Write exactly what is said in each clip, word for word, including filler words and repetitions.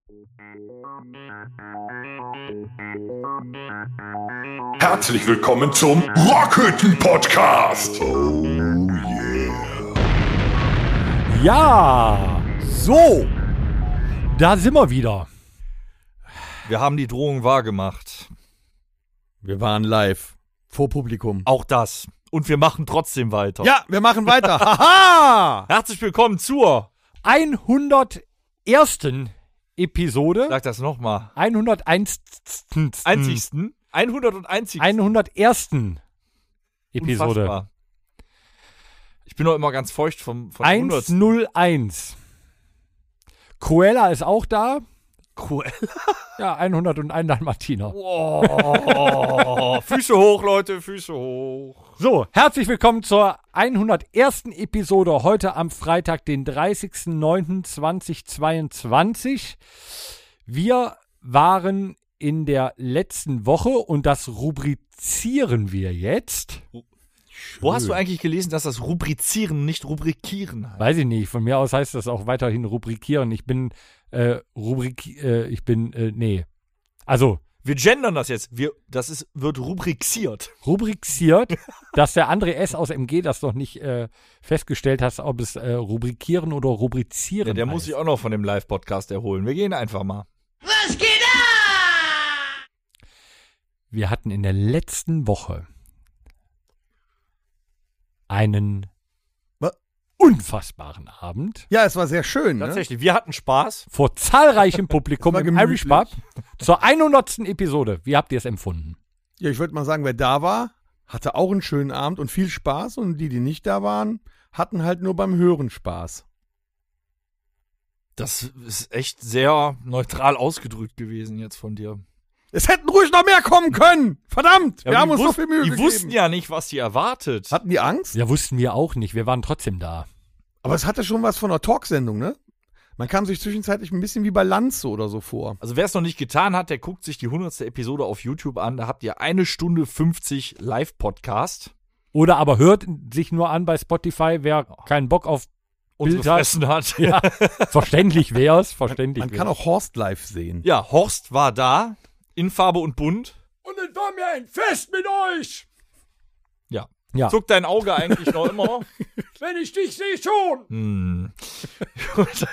Herzlich willkommen zum Rockhütten-Podcast. Oh yeah. Ja, so, da sind wir wieder. Wir haben die Drohung wahrgemacht. Wir waren live, vor Publikum. Auch das. Und wir machen trotzdem weiter. Ja, wir machen weiter. Haha! Herzlich willkommen zur hundertersten Episode. Sag das nochmal. hunderteinzigsten Einzigsten. hunderteinzigsten hundertersten Episode. Unfassbar. Ich bin doch immer ganz feucht vom, vom hunderteins. Cruella ist auch da. Cruella? Ja, hunderteins Dalmatiner. Wow. Füße hoch, Leute, Füße hoch. So, herzlich willkommen zur hundertersten Episode. Heute am Freitag, den dreißigsten neunten zweitausendzweiundzwanzig. Wir waren in der letzten Woche und das rubrizieren wir jetzt. Wo hast du eigentlich gelesen, dass das Rubrizieren nicht Rubrikieren heißt? Weiß ich nicht. Von mir aus heißt das auch weiterhin rubrikieren. Ich bin, äh, Rubrik, äh, ich bin, äh, nee. Also. Wir gendern das jetzt. Wir, das ist, wird rubriziert. Rubriziert, dass der André S. aus M G das noch nicht äh, festgestellt hat, ob es äh, rubrikieren oder rubrizieren Ja, der heißt. muss sich auch noch von dem Live-Podcast erholen. Wir gehen einfach mal. Was geht ab? Wir hatten in der letzten Woche einen Was? unfassbaren Abend Ja, es war sehr schön, ne? Tatsächlich, wir hatten Spaß. vor zahlreichem Publikum Das war im Irish gemütlich. Pub zur hundertsten Episode. Wie habt ihr es empfunden? Ja, ich würde mal sagen, wer da war, hatte auch einen schönen Abend und viel Spaß. Und die, die nicht da waren, hatten halt nur beim Hören Spaß. Das ist echt sehr neutral ausgedrückt gewesen jetzt von dir. Es hätten ruhig noch mehr kommen können. Verdammt, Ja, wir aber haben die uns so wus- viel Mühe Die gegeben. wussten ja nicht, was sie erwartet. Hatten die Angst? Ja, wussten wir auch nicht. Wir waren trotzdem da. Aber es hatte schon was von einer Talksendung, ne? Man kam sich zwischenzeitlich ein bisschen wie bei Lanze oder so vor. Also wer es noch nicht getan hat, der guckt sich die hundertste Episode auf YouTube an. Da habt ihr eine Stunde fünfzig Live-Podcast. Oder aber hört sich nur an bei Spotify, wer keinen Bock auf Unsere Bild hat. Fressen hat. Ja, verständlich wär's, verständlich Man kann wär's. auch Horst live sehen. Ja, Horst war da. In Farbe und bunt. Und es war mir ein Fest mit euch. Ja. Ja. Zuckt dein Auge eigentlich noch immer? Wenn ich dich sehe schon. Hm. Gut.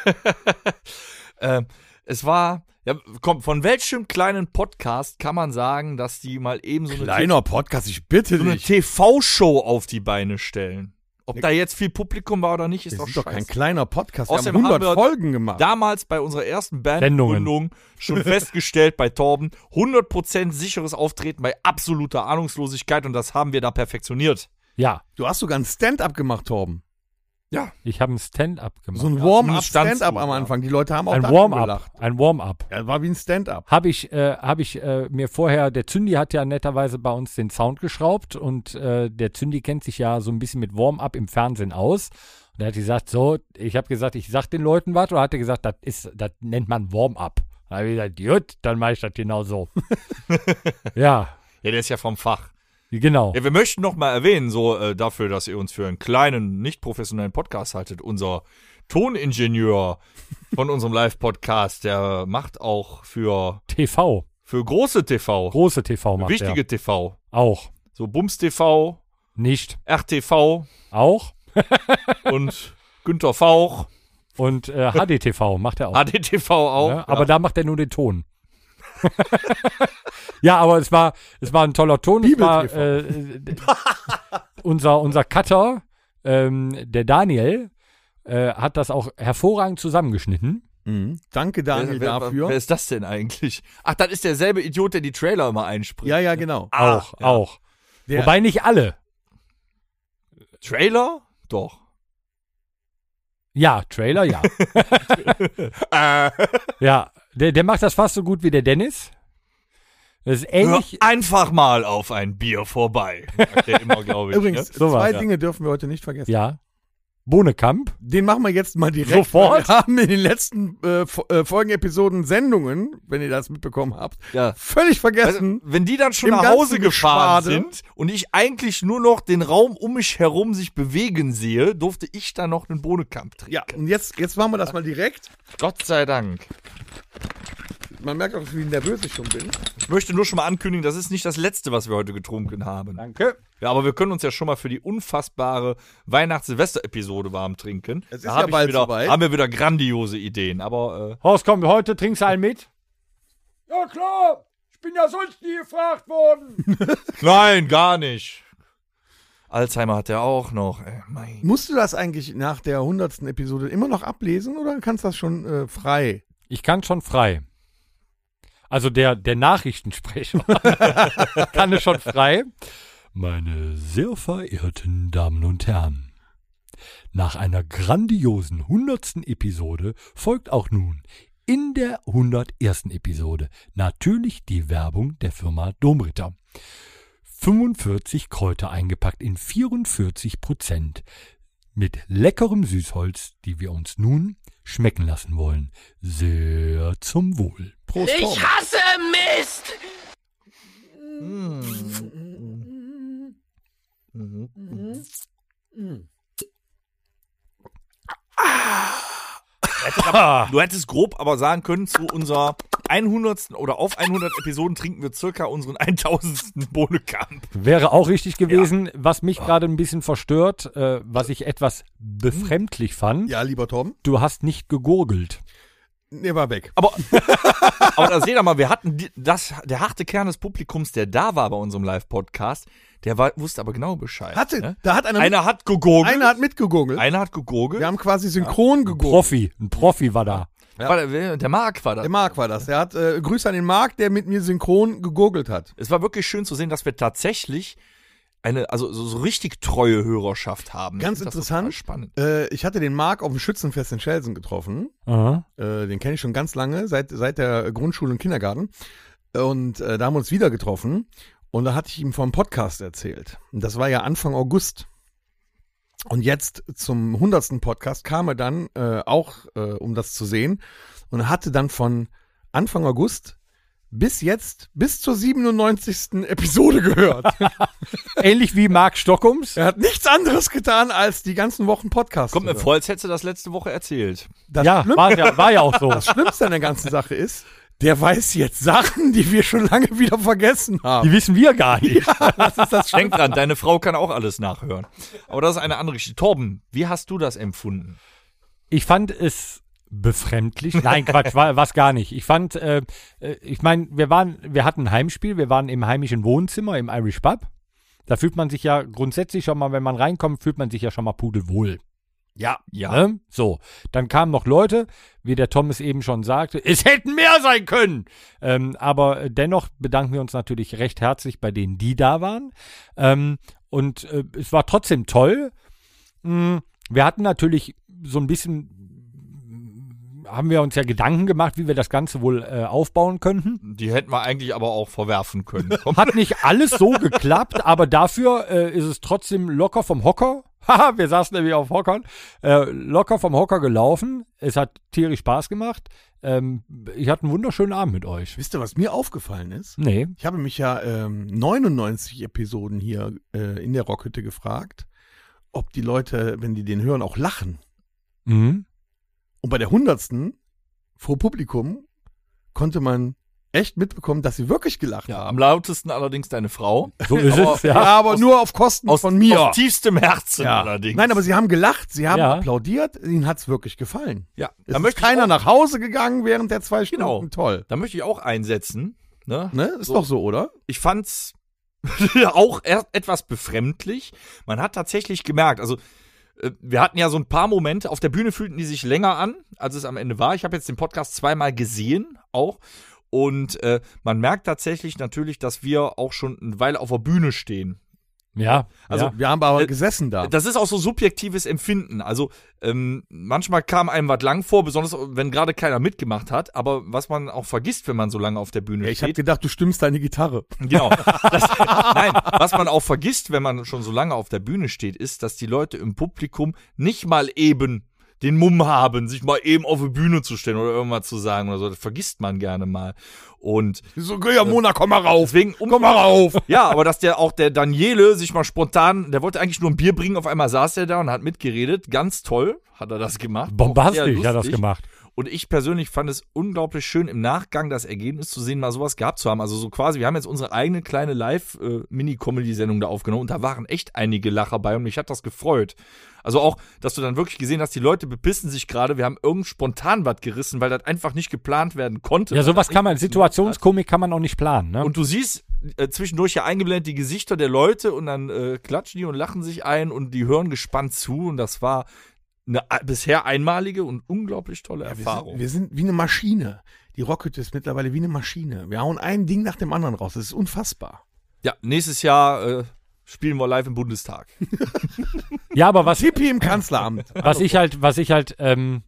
ähm, es war, ja, komm, von welchem kleinen Podcast kann man sagen, dass die mal eben so eine, Kleiner Podcast, ich bitte so eine dich. T V-Show auf die Beine stellen? Ob da jetzt viel Publikum war oder nicht, ist Das doch ist doch kein scheiße. kleiner Podcast. Wir Außerdem haben hundert haben wir Folgen gemacht. Damals bei unserer ersten Sendungen. Bandgründung schon festgestellt bei Torben, hundert Prozent sicheres Auftreten bei absoluter Ahnungslosigkeit und das haben wir da perfektioniert. Ja, Du hast sogar ein Stand-up gemacht, Torben. Ja. ich habe ein Stand-up gemacht. So ein Ja, Warm-up, zumindest standst Stand-up du, am ja. Anfang. Die Leute haben auch ein darüber Warm-up, gelacht. ein Warm-up. Ja, war wie ein Stand-up. Habe ich, äh, hab ich äh, mir vorher, der Zündi hat ja netterweise bei uns den Sound geschraubt und äh, der Zündi kennt sich ja so ein bisschen mit Warm-up im Fernsehen aus. Und er hat gesagt, so, ich habe gesagt, ich sag den Leuten was, und er hat gesagt, das ist, das nennt man Warm-up. Da habe ich gesagt, gut, dann mache ich das genau so. Ja, Ja, der ist ja vom Fach. genau. Ja, wir möchten noch mal erwähnen, so äh, dafür, dass ihr uns für einen kleinen, nicht professionellen Podcast haltet. Unser Toningenieur von unserem Live-Podcast, der macht auch für, T V, für große T V, große T V macht wichtige er. T V. Auch. So Bums T V, Nicht. R T V Auch. und Günter Fauch, Und äh, H D T V macht er auch. H D T V auch. Ja, aber da macht er nur den Ton. Ja, aber es war, es war ein toller Ton. Es war, Bibel-T V. äh, d- unser, unser Cutter, ähm, der Daniel, äh, hat das auch hervorragend zusammengeschnitten. Mhm. Danke, Daniel, wer, wer, dafür. Wer ist das denn eigentlich? Ach, das ist derselbe Idiot, der die Trailer immer einspricht. ja, ja, genau. Ah, auch, ja. auch. Der- Wobei nicht alle. Trailer? Doch. Ja, Trailer, ja. Äh, Ja, der, der macht das fast so gut wie der Dennis. Das ist hör ähnlich. einfach mal auf ein Bier vorbei. Sagt der immer, glaube ich. Übrigens, ne? So was, zwei ja. Dinge dürfen wir heute nicht vergessen. Ja. Bohnekamp. Den machen wir jetzt mal direkt. Sofort? Wir haben in den letzten äh, Fo- äh, Folgenepisoden Sendungen, wenn ihr das mitbekommen habt, Ja. völlig Also, vergessen. wenn die dann schon Im nach ganzen Hause gefahren Geschwade. sind und ich eigentlich nur noch den Raum um mich herum sich bewegen sehe, durfte ich da noch einen Bohnekamp trinken. Ja, und jetzt, jetzt machen wir das mal direkt. Gott sei Dank. Man merkt auch, wie nervös ich schon bin. Ich möchte nur schon mal ankündigen, das ist nicht das Letzte, was wir heute getrunken haben. Danke. Ja, aber wir können uns ja schon mal für die unfassbare Weihnachts-Silvester-Episode warm trinken. Es ist Da ja hab ich bald wieder, soweit. haben wir wieder grandiose Ideen, aber äh, Horst, komm, heute trinkst du einen mit? Ja, klar. Ich bin ja sonst nie gefragt worden. nein, gar nicht. Alzheimer hat er auch noch. Ey, mein. Musst du das eigentlich nach der hundertsten Episode immer noch ablesen oder kannst du das schon äh, frei? Ich kann schon frei. Also der, der Nachrichtensprecher kann es schon frei. Meine sehr verehrten Damen und Herren, nach einer grandiosen hundertsten Episode folgt auch nun in der hundertersten Episode natürlich die Werbung der Firma Domritter. fünfundvierzig Kräuter eingepackt in vierundvierzig Prozent mit leckerem Süßholz, die wir uns nun schmecken lassen wollen. Sehr zum Wohl. Prost, Torben. Ich hasse Mist! Du hättest grob aber sagen können, zu unserer hundertsten oder auf hundert Episoden trinken wir circa unseren tausendsten Bohnekamp. Wäre auch richtig gewesen, was mich gerade ein bisschen verstört, äh, was ich etwas befremdlich fand. Ja, lieber Tom. Du hast nicht gegurgelt. Der war weg. Aber, aber da seht ihr mal, wir hatten die, das, der harte Kern des Publikums, der da war bei unserem Live-Podcast, der war, wusste aber genau Bescheid. Hatte, ne? da hat einer, Einer hat gegurgelt. einer hat mitgegurgelt. Einer hat gegurgelt. Wir haben quasi synchron gegurgelt. Profi, ein Profi war da. Ja. War der, der Marc war das. Der Marc war das. Der hat äh, Grüße an den Marc, der mit mir synchron gegurgelt hat. Es war wirklich schön zu sehen, dass wir tatsächlich eine, also so, so richtig treue Hörerschaft haben. Ganz Ich find das interessant. total spannend. Äh, ich hatte den Marc auf dem Schützenfest in Schelsen getroffen. Aha. Äh, den kenne ich schon ganz lange, seit, seit der Grundschule und Kindergarten. Und äh, da haben wir uns wieder getroffen. Und da hatte ich ihm vom Podcast erzählt. Und das war ja Anfang August. Und jetzt zum hundertsten Podcast kam er dann äh, auch, äh, um das zu sehen. Und hatte dann von Anfang August bis jetzt, bis zur siebenundneunzigsten Episode gehört. Ähnlich wie Marc Stockums. Er hat nichts anderes getan, als die ganzen Wochen Podcast Kommt zu mir hören. vor, als hättest du das letzte Woche erzählt. Das Ja, Schlimm- war ja, war ja auch so. Das Schlimmste an der ganzen Sache ist, der weiß jetzt Sachen, die wir schon lange wieder vergessen haben. Die wissen wir gar nicht. Das ist das Denk dran, deine Frau kann auch alles nachhören. Aber das ist eine andere Geschichte. Torben, wie hast du das empfunden? Ich fand es befremdlich. Nein, Quatsch, war was gar nicht. Ich fand, äh, äh, ich meine, wir waren, wir hatten ein Heimspiel, wir waren im heimischen Wohnzimmer, im Irish Pub. Da fühlt man sich ja grundsätzlich schon mal, wenn man reinkommt, fühlt man sich ja schon mal pudelwohl. Ja, ja. Ne? So, dann kamen noch Leute, wie der Thomas eben schon sagte, es hätten mehr sein können. Ähm, aber dennoch bedanken wir uns natürlich recht herzlich bei denen, die da waren. Ähm, und äh, es war trotzdem toll. Mm, wir hatten natürlich so ein bisschen, haben wir uns ja Gedanken gemacht, wie wir das Ganze wohl äh, aufbauen könnten. Die hätten wir eigentlich aber auch verwerfen können. Hat nicht alles so geklappt, aber dafür äh, ist es trotzdem locker vom Hocker. Haha, wir saßen nämlich auf Hockern. Äh, locker vom Hocker gelaufen. Es hat tierisch Spaß gemacht. Ähm, ich hatte einen wunderschönen Abend mit euch. Wisst ihr, was mir aufgefallen ist? Nee. Ich habe mich ja ähm, neunundneunzig Episoden hier äh, in der Rockhütte gefragt, ob die Leute, wenn die den hören, auch lachen. Mhm. Und bei der hundertsten vor Publikum konnte man echt mitbekommen, dass sie wirklich gelacht Ja, haben. am lautesten allerdings deine Frau. So ist Aber- es, Ja, ja. aber aus- nur auf Kosten Aus, von mir. aus tiefstem Herzen Ja. allerdings. Nein, aber sie haben gelacht, sie haben Ja. applaudiert, ihnen hat's wirklich gefallen. ja, Es da ist möchte keiner ich auch, nach Hause gegangen während der zwei Stunden. Genau. Toll. Da möchte ich auch einsetzen. Ne? Ne? Ist So. doch so, oder? Ich fand's auch erst etwas befremdlich. Man hat tatsächlich gemerkt, also äh, wir hatten ja so ein paar Momente, auf der Bühne fühlten die sich länger an, als es am Ende war. Ich habe jetzt den Podcast zweimal gesehen, auch. Und äh, man merkt tatsächlich natürlich, dass wir auch schon eine Weile auf der Bühne stehen. Ja, Also, ja. Wir haben aber Äh, gesessen da. Das ist auch so subjektives Empfinden. Also ähm, manchmal kam einem was lang vor, besonders wenn gerade keiner mitgemacht hat. Aber was man auch vergisst, wenn man so lange auf der Bühne Ja, ich habe steht. gedacht, du stimmst deine Gitarre. Genau. Das, nein, was man auch vergisst, wenn man schon so lange auf der Bühne steht, ist, dass die Leute im Publikum nicht mal eben den Mumm haben, sich mal eben auf die Bühne zu stellen oder irgendwas zu sagen oder so. Das vergisst man gerne mal. Und So, ja, Mona, komm mal rauf. deswegen, um, Komm mal rauf. ja, aber dass der auch der Daniele sich mal spontan, der wollte eigentlich nur ein Bier bringen, auf einmal saß er da und hat mitgeredet. Ganz toll hat er das gemacht. Auch sehr Bombastisch hat er das lustig. gemacht. Und ich persönlich fand es unglaublich schön, im Nachgang das Ergebnis zu sehen, mal sowas gehabt zu haben. Also so quasi, wir haben jetzt unsere eigene kleine Live-Mini-Comedy-Sendung da aufgenommen und da waren echt einige Lacher bei und mich hat das gefreut. Also auch, dass du dann wirklich gesehen hast, die Leute bepissen sich gerade, wir haben irgend spontan was gerissen, weil das einfach nicht geplant werden konnte. Ja, sowas kann man, Situationskomik kann man auch nicht planen, ne? Und du siehst äh, zwischendurch ja eingeblendet die Gesichter der Leute und dann äh, klatschen die und lachen sich ein und die hören gespannt zu und das war eine äh, bisher einmalige und unglaublich tolle Ja, wir, Erfahrung. sind, wir sind wie eine Maschine. Die Rockhütte ist mittlerweile wie eine Maschine. Wir hauen ein Ding nach dem anderen raus. Das ist unfassbar. Ja, nächstes Jahr äh, spielen wir live im Bundestag. Ja, aber was, Hippie im Kanzleramt. was ich halt, was ich halt, ähm,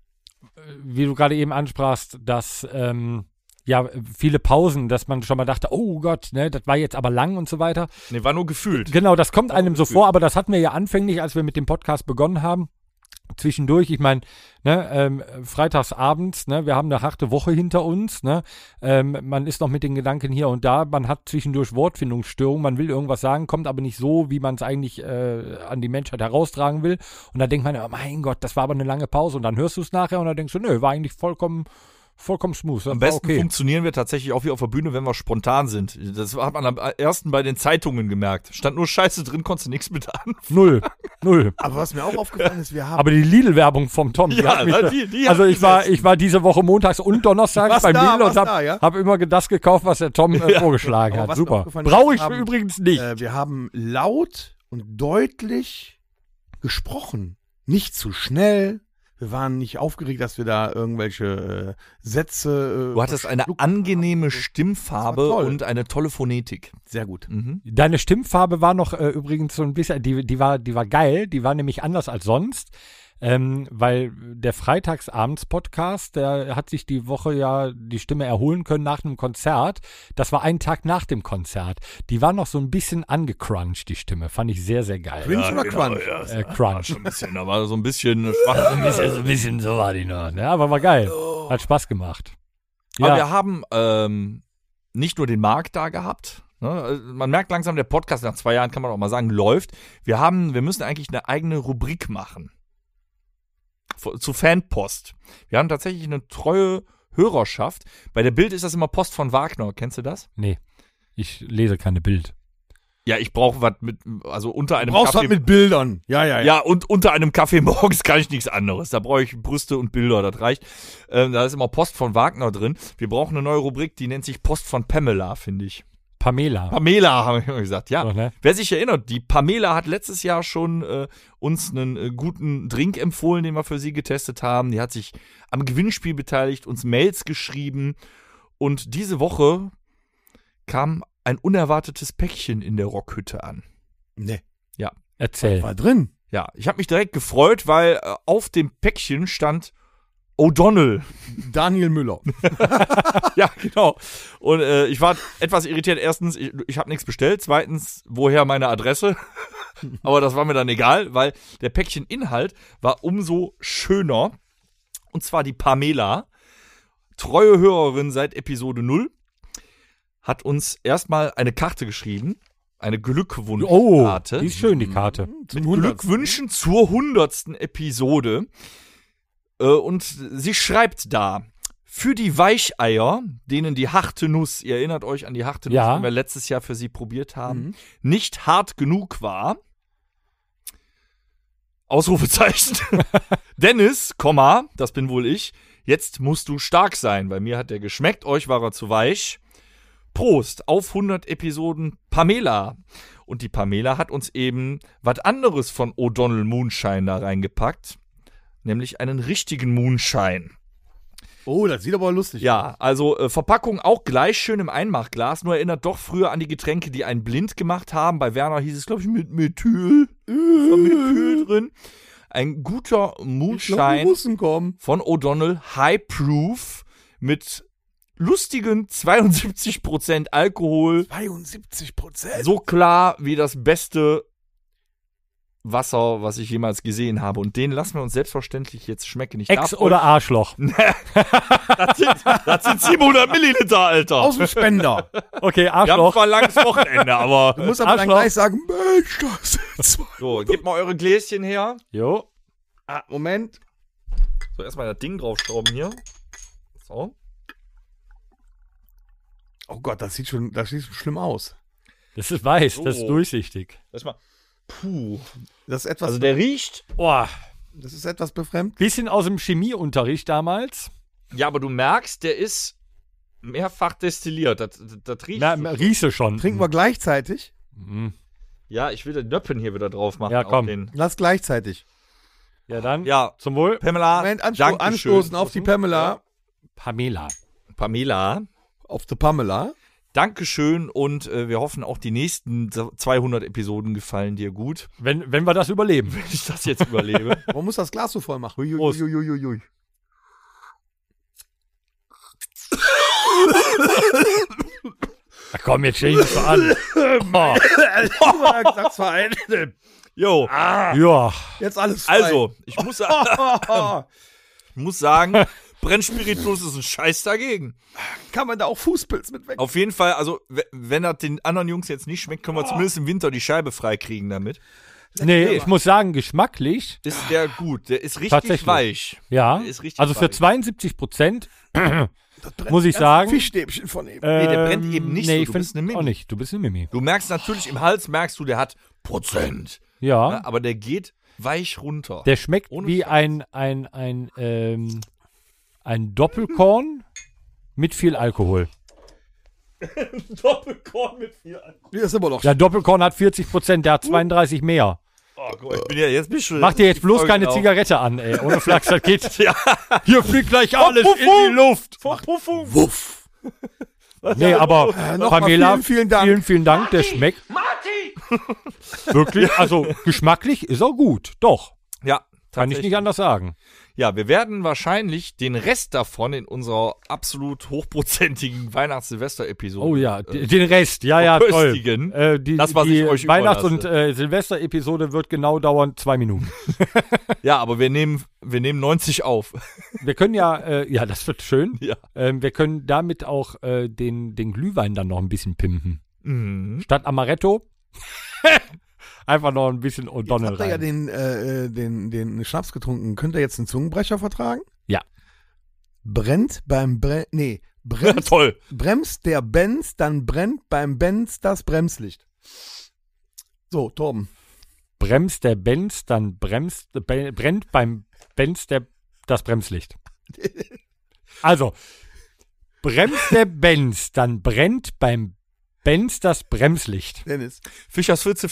wie du gerade eben ansprachst, dass, ähm, ja, viele Pausen, dass man schon mal dachte, oh Gott, ne, das war jetzt aber lang und so weiter. Nee, war nur gefühlt. Genau, das kommt einem so vor, aber das hatten wir ja anfänglich, als wir mit dem Podcast begonnen haben. Zwischendurch, ich meine, ne, ähm, freitagsabends, ne, wir haben eine harte Woche hinter uns, ne, ähm, man ist noch mit den Gedanken hier und da, man hat zwischendurch Wortfindungsstörungen, man will irgendwas sagen, kommt aber nicht so, wie man es eigentlich äh, an die Menschheit heraustragen will und da denkt man, oh mein Gott, das war aber eine lange Pause und dann hörst du es nachher und dann denkst du, nö, war eigentlich vollkommen Vollkommen smooth. Am besten okay. funktionieren wir tatsächlich auch wie auf der Bühne, wenn wir spontan sind. Das hat man am ersten bei den Zeitungen gemerkt. Stand nur Scheiße drin, konntest du nichts mit an. Null. Null. Aber was mir auch aufgefallen ist, wir haben... Aber die Lidl-Werbung vom Tom, die Ja, hat mich, die- die also hat ich war, gesetzt. ich war diese Woche montags und donnerstags Was beim da, Lidl und was hab, da, ja? hab immer das gekauft, was der Tom äh, vorgeschlagen Aber hat. was mir Super. aufgefallen ist, Brauche ich wir haben, übrigens nicht. Äh, wir haben laut und deutlich gesprochen. Nicht zu schnell. Wir waren nicht aufgeregt, dass wir da irgendwelche äh, Sätze... Äh, Du hattest eine verschluckt angenehme haben. Stimmfarbe Das war toll. und eine tolle Phonetik. Sehr gut. Mhm. Deine Stimmfarbe war noch äh, übrigens so ein bisschen, die, die, war, die war geil, die war nämlich anders als sonst, ähm, weil der Freitagsabends-Podcast, der hat sich die Woche ja die Stimme erholen können nach einem Konzert. Das war ein Tag nach dem Konzert. Die war noch so ein bisschen angecrunched, die Stimme. Fand ich sehr, sehr geil. Cringe oder Crunch? Äh, Crunch. So ein bisschen, da war so ein bisschen schwach. Ein bisschen, so ein bisschen so war die noch. Ne? Aber war geil. Hat Spaß gemacht. Aber Ja. wir haben ähm, nicht nur den Marc da gehabt. Ne? Also man merkt langsam, der Podcast nach zwei Jahren, kann man auch mal sagen, läuft. Wir haben, wir müssen eigentlich eine eigene Rubrik machen. F- Zu Fanpost. Wir haben tatsächlich eine treue Hörerschaft. Bei der Bild ist das immer Post von Wagner. Kennst du das? Nee, ich lese keine Bild. Ja, ich brauche was mit, also unter einem Brauchst Kaffee. was mit Bildern. Ja, ja, ja. Ja, und unter einem Kaffee morgens kann ich nichts anderes. Da brauche ich Brüste und Bilder, das reicht. Ähm, da ist immer Post von Wagner drin. Wir brauchen eine neue Rubrik, die nennt sich Post von Pamela, finde ich. Pamela. Pamela, haben wir immer gesagt, ja. So, ne? Wer sich erinnert, die Pamela hat letztes Jahr schon äh, uns einen äh, guten Drink empfohlen, den wir für sie getestet haben. Die hat sich am Gewinnspiel beteiligt, uns Mails geschrieben. Und diese Woche kam ein unerwartetes Päckchen in der Rockhütte an. Nee. Erzähl. War drin. Ja, ich habe mich direkt gefreut, weil äh, auf dem Päckchen stand O'Donnell. Daniel Müller. Ja, genau. Und äh, ich war etwas irritiert. Erstens, ich, ich habe nichts bestellt. Zweitens, woher meine Adresse? Aber das war mir dann egal, weil der Päckcheninhalt war umso schöner. Und zwar die Pamela, treue Hörerin seit Episode null, hat uns erstmal eine Karte geschrieben. Eine Oh, Glückwunschkarte. die ist schön, die Karte. Mit Glückwünschen zur hundertsten Episode. Äh, und sie schreibt da, für die Weicheier, denen die harte Nuss, ihr erinnert euch an die harte Nuss, Ja. die wir letztes Jahr für sie probiert haben, Mhm. nicht hart genug war. Ausrufezeichen. Dennis, Komma, das bin wohl ich, jetzt musst du stark sein. Bei mir hat der geschmeckt, euch war er zu weich. Prost auf hundert Episoden Pamela. Und die Pamela hat uns eben was anderes von O'Donnell Moonshine da reingepackt. Nämlich einen richtigen Moonshine. Oh, das sieht aber lustig aus. Ja, also äh, Verpackung auch gleich schön im Einmachglas, nur erinnert doch früher an die Getränke, die einen blind gemacht haben. Bei Werner hieß es, glaube ich, mit Methyl. War Methyl drin. Ein guter Ich glaub, die Moonshine Russen kommen. von O'Donnell, High Proof, mit lustigen zweiundsiebzig Prozent Alkohol. zweiundsiebzig Prozent. So klar wie das beste Wasser, was ich jemals gesehen habe. Und den lassen wir uns selbstverständlich jetzt schmecken. Ich Ex darf oder euch, Arschloch? das, sind, das sind siebenhundert Milliliter, Alter. Aus dem Spender. Okay, Wir haben Arschloch. zwar ein langes Wochenende, aber... Du musst aber dann Arschloch. gleich sagen, Mensch, das sind zwei. So, gebt mal eure Gläschen her. Jo. Ah, Moment. So, erstmal das Ding draufschrauben hier. So. Oh Gott, das sieht schon, das sieht schon schlimm aus. Das ist weiß, So. das ist durchsichtig. Erstmal. Puh. Das ist etwas, Also der riecht. Boah, das ist etwas befremd. bisschen aus dem Chemieunterricht damals. Ja, aber du merkst, der ist mehrfach destilliert. Das, das, das riecht. Na, rieche schon. Trinken wir gleichzeitig. Mhm. Ja, ich will den Nöppen hier wieder drauf machen. Ja, komm. Auf den. Lass gleichzeitig. Ja, dann Ja, zum Wohl. Pamela. Moment, ansto Dankeschön. anstoßen auf die Pamela. Pamela. Pamela. Auf die Pamela. Dankeschön und äh, wir hoffen auch die nächsten zweihundert Episoden gefallen dir gut. Wenn, wenn wir das überleben. Wenn ich das jetzt überlebe. Man muss das Glas so voll machen. Ui, ui, Prost. ui, ui, ui, ui. Ach komm, jetzt stell ich das so an. Oh. Sag's verein. Jo, Ja, Jetzt alles frei. also, ich muss, sa- ich muss sagen, Brennspiritus ist ein Scheiß dagegen. Kann man da auch Fußpilz mit weg? Auf jeden Fall, also, w- wenn das den anderen Jungs jetzt nicht schmeckt, können wir zumindest im Winter die Scheibe freikriegen damit. nee, ich muss sagen, geschmacklich, Ist der gut, der ist richtig Tatsächlich. weich. ja. Der ist richtig Also für weich. zweiundsiebzig Prozent Das brennt muss ich ganz sagen. Fischstäbchen von ihm. Nee, der brennt eben nicht nee, so, ich du bist find eine Mimi. auch nicht. Du bist eine Mimi. Du merkst natürlich im Hals, merkst du, der hat Prozent. Ja, Ne? Aber der geht weich runter. der schmeckt Ohne wie Scheiß. ein, ein, ein, ähm, ein Doppelkorn mit viel Alkohol. Doppelkorn mit viel Alkohol. Hier ist immer noch. Ja, Doppelkorn hat vierzig Prozent, der hat zweiunddreißig mehr. Oh, guck mal, ich bin ja, jetzt bist du. Mach dir jetzt bloß keine Folge Zigarette an, ey. Ohne Flachs, das geht. Ja. Hier fliegt gleich alles in die Luft. Wuff. Nee, aber Äh, nochmal Pamela, vielen, vielen Dank. vielen, vielen Dank. Der schmeckt wirklich, also geschmacklich ist er gut. Doch, Ja, kann ich tatsächlich. nicht anders sagen. Ja, wir werden wahrscheinlich den Rest davon in unserer absolut hochprozentigen Weihnachts-Silvester-Episode. Oh ja, d- den Rest, ja, ja, toll. verköstigen. Äh, die Das, was die ich euch Weihnachts- und überlasse. äh, Silvester-Episode wird genau dauern zwei Minuten. Ja, aber wir nehmen, wir nehmen neunzig auf. Wir können ja, äh, ja, das wird schön. Ja. Ähm, wir können damit auch äh, den, den Glühwein dann noch ein bisschen pimpen. Mhm. Statt Amaretto einfach noch ein bisschen O'Donnell Habt ihr ja rein. den, äh, den, den Schnaps getrunken. Könnt ihr jetzt einen Zungenbrecher vertragen? Ja. Brennt beim Bre Nee, Ja, bremst, toll. bremst der Benz, dann brennt beim Benz das Bremslicht. So, Torben. Bremst der Benz, dann bremst, be- brennt beim Benz der, das Bremslicht. Also, bremst der Benz, dann brennt beim Benz das Bremslicht. Dennis. Fischers Fritze.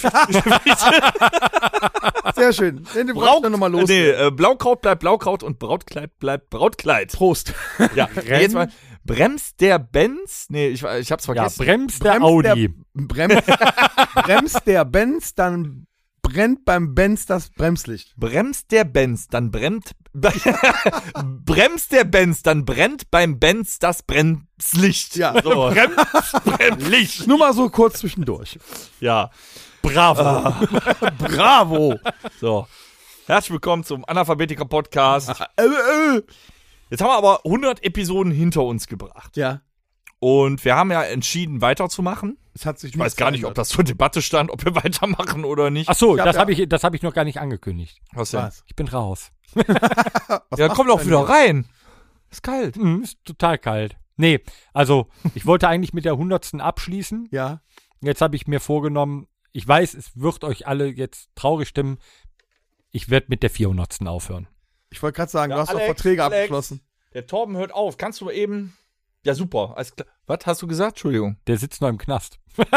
Sehr schön. Den du brauchst dann nochmal los. Nee, äh, Blaukraut bleibt Blaukraut und Brautkleid bleibt Brautkleid. Prost. Ja, nee, jetzt mal. Bremst der Benz? Nee, ich, ich hab's Ja, vergessen. bremst der Bremst Audi. Der, bremst, bremst der Benz, dann brennt beim Benz das Bremslicht. Bremst der Benz, dann brennt. Bremst der Benz, dann brennt beim Benz das Bremslicht. Ja. So. Bremslicht. Nur mal so kurz zwischendurch. Ja. Bravo. Bravo. So. Herzlich willkommen zum Analphabetiker-Podcast. äh, äh. Jetzt haben wir aber hundert Episoden hinter uns gebracht. Ja. Und wir haben ja entschieden, weiterzumachen. Es hat sich Ich weiß gar nicht, ob das zur Debatte stand, ob wir weitermachen oder nicht. Ach so, Ich hab das ja- habe ich, das hab ich noch gar nicht angekündigt. Was denn? Was? Ich bin raus. Ja, komm doch wieder rein. Ist kalt. Mhm, ist total kalt. Nee, also ich wollte eigentlich mit der hundertsten abschließen. Ja. Jetzt habe ich mir vorgenommen, ich weiß, es wird euch alle jetzt traurig stimmen, ich werde mit der vierhundertsten aufhören. Ich wollte gerade sagen, Ja, du hast doch Alex, Verträge Alex. abgeschlossen. Der Torben hört auf. Kannst du mal eben. Ja, super. Alles klar. Was hast du gesagt? Entschuldigung. Der sitzt noch im Knast.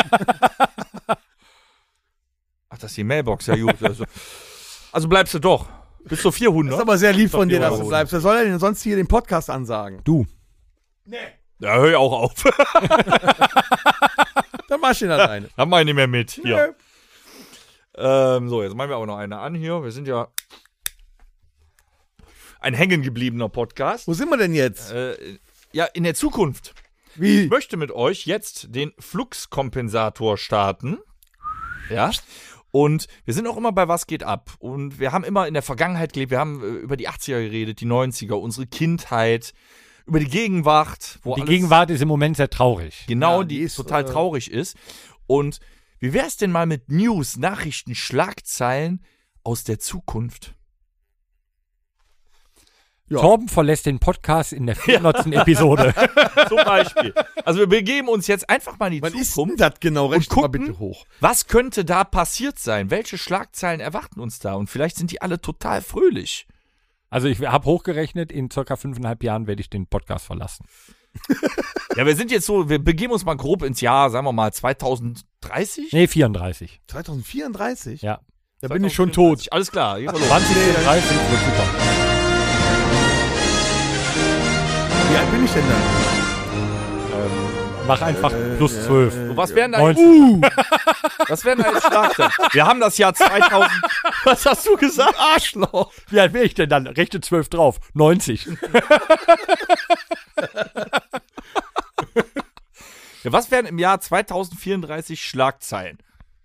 Ach, das ist die Mailbox. Ja, gut. Also, also bleibst du doch. Bis zu Das ist vierhundert. aber sehr lieb von dir, dass du vierhundert. bleibst. Wer soll er denn sonst hier den Podcast ansagen? Du. Ja, hör ich auch auf. Dann mach ich ihn alleine. Dann mach ich nicht mehr mit. Hier. Ähm, so, jetzt machen wir aber noch eine an hier. Wir sind ja ein hängengebliebener Podcast. Wo sind wir denn jetzt? Äh, ja, in der Zukunft. Wie? Ich möchte mit euch jetzt den Fluxkompensator starten. Ja. Und wir sind auch immer bei Was geht ab. Und wir haben immer in der Vergangenheit gelebt. Wir haben äh, über die achtziger geredet, die neunziger, unsere Kindheit, über die Gegenwart. Wo Die alles Gegenwart ist im Moment sehr traurig. Genau, Ja, die die, ist, total äh, traurig ist. Und wie wär's denn mal mit News, Nachrichten, Schlagzeilen aus der Zukunft? Ja. Torben verlässt den Podcast in der vierhundertsten Episode. Zum Beispiel. Also wir begeben uns jetzt einfach mal in die Was ist denn Zukunft. das genau? Rechne mal gucken, bitte hoch. Was könnte da passiert sein? Welche Schlagzeilen erwarten uns da? Und vielleicht sind die alle total fröhlich. Also ich habe hochgerechnet, in circa fünfeinhalb Jahren werde ich den Podcast verlassen. Ja, wir sind jetzt so, wir begeben uns mal grob ins Jahr, sagen wir mal zweitausenddreißig? Nee, vierunddreißig. zwanzig vierunddreißig? Ja. Da bin ich schon tot. Alles klar. Hier zwanzig vierunddreißig wird super. Wie alt bin ich denn dann? Mach einfach plus zwölf. Was wären da neunzehn. Was wären da jetzt Schlagzeilen? Wir haben das Jahr zweitausend. Was hast du gesagt? Arschloch. Wie alt wäre ich denn dann? Rechte zwölf drauf. neunzig. Ja, was wären im Jahr zweitausendvierunddreißig Schlagzeilen?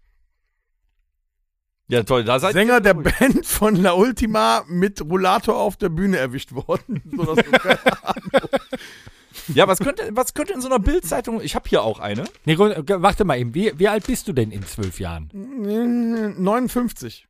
Ja, toll, da seid Sänger der Band von La Ultima mit Rollator auf der Bühne erwischt worden. So, das ist keine Ahnung. Ja, was könnte, was könnte in so einer Bildzeitung, ich habe hier auch eine. Nee, Grund- g- warte mal eben. Wie, wie alt bist du denn in zwölf Jahren? neunundfünfzig.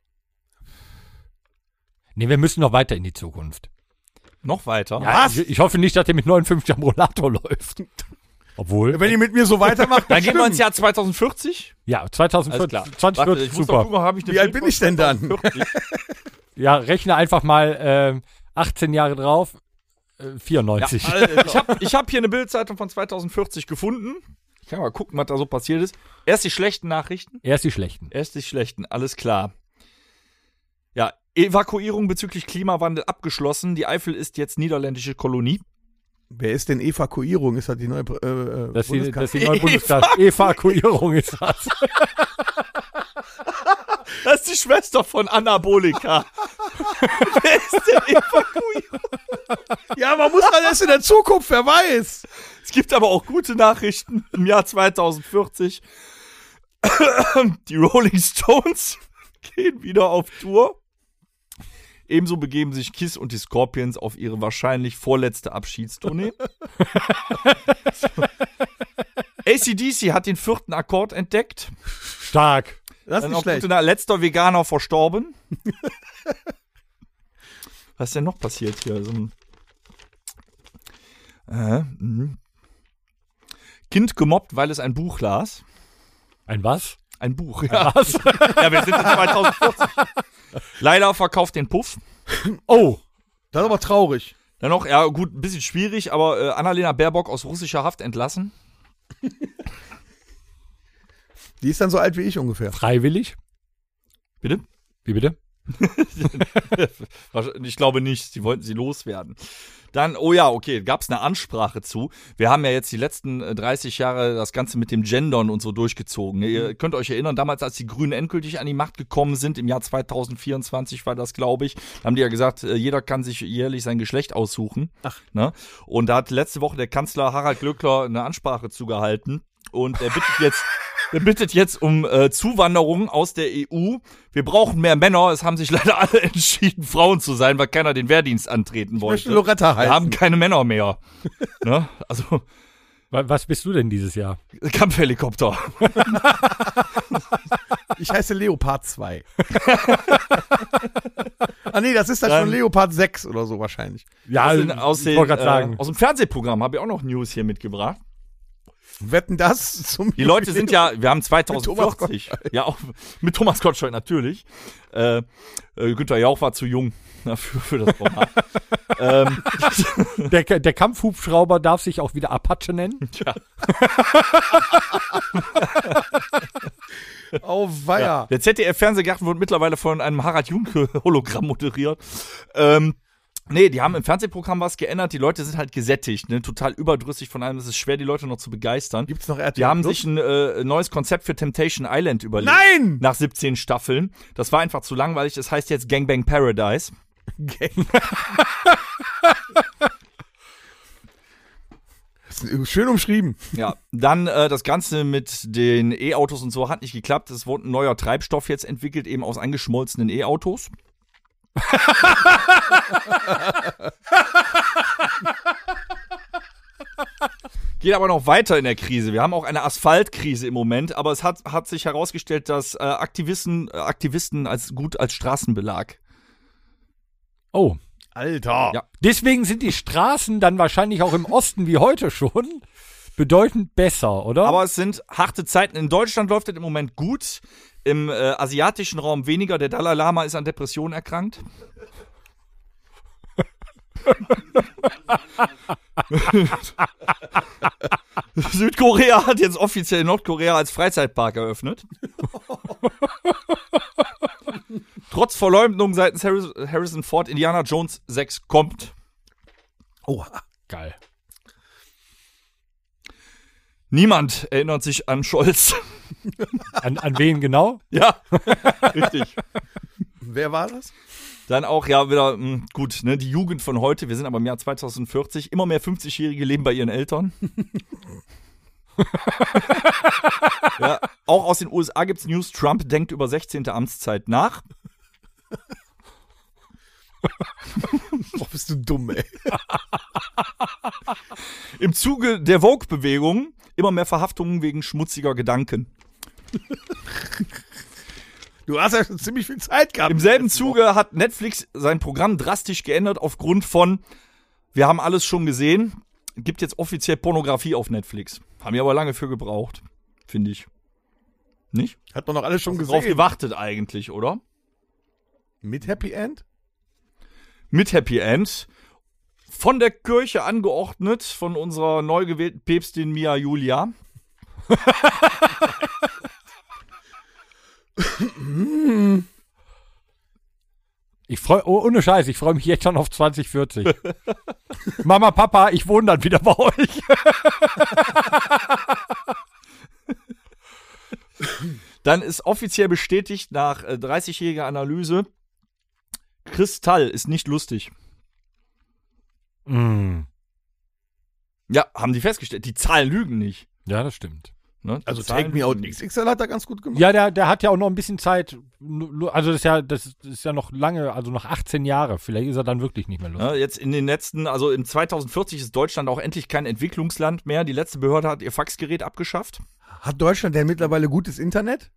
Nee, wir müssen noch weiter in die Zukunft. Noch weiter. Ja, ich, ich hoffe nicht, dass der mit neunundfünfzig am Rollator läuft. Obwohl. Wenn ihr mit mir so weitermacht, Dann gehen wir ins stimmt. Jahr zweitausendvierzig. Ja, Alles zweitausendvierzig, klar. zwanzig Warte, vierzig, ich muss doch super. gucken, habe ich eine Wie alt Bild bin ich denn von dann? zweitausendvierzig? Ja, rechne einfach mal ähm, achtzehn Jahre drauf. Äh, vierundneunzig. Ja, also ich habe ich hab hier eine Bildzeitung von zweitausendvierzig gefunden. Ich kann mal gucken, was da so passiert ist. Erst die schlechten Nachrichten. Erst die schlechten. Erst die schlechten, alles klar. Ja, Evakuierung bezüglich Klimawandel abgeschlossen. Die Eifel ist jetzt niederländische Kolonie. Wer ist denn Evakuierung? Ist das die neue äh, äh, Das ist die, Bundeskanzlerin? das ist die neue Bundesstaat. Evakuierung ist das. Das ist die Schwester von Anabolika. Wer ist denn Evakuierung? Ja, man muss mal erst in der Zukunft, wer weiß. Es gibt aber auch gute Nachrichten im Jahr zweitausendvierzig. Die Rolling Stones gehen wieder auf Tour. Ebenso begeben sich Kiss und die Scorpions auf ihre wahrscheinlich vorletzte Abschiedstournee. A C D C hat den vierten Akkord entdeckt. Stark. Das ist Dann nicht auch schlecht. gute Nach- letzter Veganer verstorben. Was ist denn noch passiert hier? So ein äh, mhm. Kind gemobbt, weil es ein Buch las. Ein was? Ein Buch, ja. Was? Ja, wir sind in zweitausendvierzig. Leider verkauft den Puff. Oh. Das ist aber traurig. Dann noch, ja gut, ein bisschen schwierig, aber äh, Annalena Baerbock aus russischer Haft entlassen. Die ist dann so alt wie ich ungefähr. Freiwillig? Bitte? Wie bitte? Ich glaube nicht, sie wollten sie loswerden. Dann, oh ja, okay, gab es eine Ansprache zu. Wir haben ja jetzt die letzten äh, dreißig Jahre das Ganze mit dem Gendern und so durchgezogen. Ne? Ihr könnt euch erinnern, damals, als die Grünen endgültig an die Macht gekommen sind, im Jahr zweitausendvierundzwanzig war das, glaube ich, haben die ja gesagt, äh, jeder kann sich jährlich sein Geschlecht aussuchen. Ach. Ne? Und da hat letzte Woche der Kanzler Harald Glöckler eine Ansprache zugehalten. Und er bittet jetzt, er bittet jetzt um äh, Zuwanderung aus der E U. Wir brauchen mehr Männer. Es haben sich leider alle entschieden, Frauen zu sein, weil keiner den Wehrdienst antreten Ich wollte. möchte Loretta Wir heißen. haben keine Männer mehr. Ne? Also Wa- Was bist du denn dieses Jahr? Kampfhelikopter. Ich heiße Leopard zwei. Ah nee, das ist dann Dann- schon Leopard sechs oder so wahrscheinlich. Ja, aus, den, aus, ich den, wollte gerade äh, sagen. aus dem Fernsehprogramm habe ich auch noch News hier mitgebracht. Wetten das zum Die Leute sind ja, wir haben Thomas zweitausendvierzig. Ja, auch mit Thomas Gottschalk natürlich. Äh, äh, Günther Jauch war zu jung für, für das Format. ähm, Der, der Kampfhubschrauber darf sich auch wieder Apache nennen. Oh weia. Der Z D F-Fernsehgarten wird mittlerweile von einem Harald Junke-Hologramm moderiert. Ähm, nee, die haben im Fernsehprogramm was geändert. Die Leute sind halt gesättigt, ne? Total überdrüssig von allem. Es ist schwer, die Leute noch zu begeistern. Gibt's noch R T L Die haben Plus? sich ein äh, neues Konzept für Temptation Island überlegt. Nein! Nach siebzehn Staffeln. Das war einfach zu langweilig. Das heißt jetzt Gangbang Paradise. Das ist schön umschrieben. Ja, dann äh, das Ganze mit den E-Autos und so hat nicht geklappt. Es wurde ein neuer Treibstoff jetzt entwickelt, eben aus angeschmolzenen E-Autos. Geht aber noch weiter in der Krise. Wir haben auch eine Asphaltkrise im Moment, aber es hat, hat sich herausgestellt, dass äh, Aktivisten, äh, Aktivisten als gut als Straßenbelag. Oh. Alter. Ja. Deswegen sind die Straßen dann wahrscheinlich auch im Osten wie heute schon bedeutend besser, oder? Aber es sind harte Zeiten. In Deutschland läuft es im Moment gut. Im äh, asiatischen Raum weniger. Der Dalai Lama ist an Depressionen erkrankt. Südkorea hat jetzt offiziell Nordkorea als Freizeitpark eröffnet. Trotz Verleumdung seitens Harris- Harrison Ford, Indiana Jones sechs kommt. Oh, Geil. Niemand erinnert sich an Scholz. An, an wen genau? Ja, richtig. wer war das? Dann auch, ja, wieder, mh, gut, ne, die Jugend von heute, wir sind aber im Jahr zwanzig vierzig, immer mehr fünfzigjährige leben bei ihren Eltern. Ja, auch aus den U S A gibt's News, Trump denkt über sechzehnte Amtszeit nach. Boah, bist du dumm, ey. Im Zuge der Vogue-Bewegung immer mehr Verhaftungen wegen schmutziger Gedanken. Du hast ja schon ziemlich viel Zeit gehabt. Im selben Zuge hat Netflix sein Programm drastisch geändert aufgrund von, wir haben alles schon gesehen, gibt jetzt offiziell Pornografie auf Netflix. Haben wir aber lange für gebraucht, finde ich. Nicht? Hat man doch alles schon Drauf gesehen. gewartet eigentlich, oder? Mit Happy End? Mit Happy End. Von der Kirche angeordnet, von unserer neu gewählten Päpstin Mia Julia. Ich freue, oh, ohne Scheiß, ich freue mich jetzt schon auf zwanzig vierzig. Mama, Papa, ich wohne dann wieder bei euch. Dann ist offiziell bestätigt nach äh, dreißigjähriger Analyse, Kristall ist nicht lustig. Mm. Ja, haben die festgestellt. Die Zahlen lügen nicht. Ja, das stimmt. Ne? Die Also Zahlen Take Me Out lügen X X L hat er ganz gut gemacht. Ja, der, der hat ja auch noch ein bisschen Zeit. Also das ist ja, das ist ja noch lange, also noch achtzehn Jahre. Vielleicht ist er dann wirklich nicht mehr lustig. Ja, jetzt in den letzten, also in zwanzig vierzig ist Deutschland auch endlich kein Entwicklungsland mehr. Die letzte Behörde hat ihr Faxgerät abgeschafft. Hat Deutschland denn mittlerweile gutes Internet?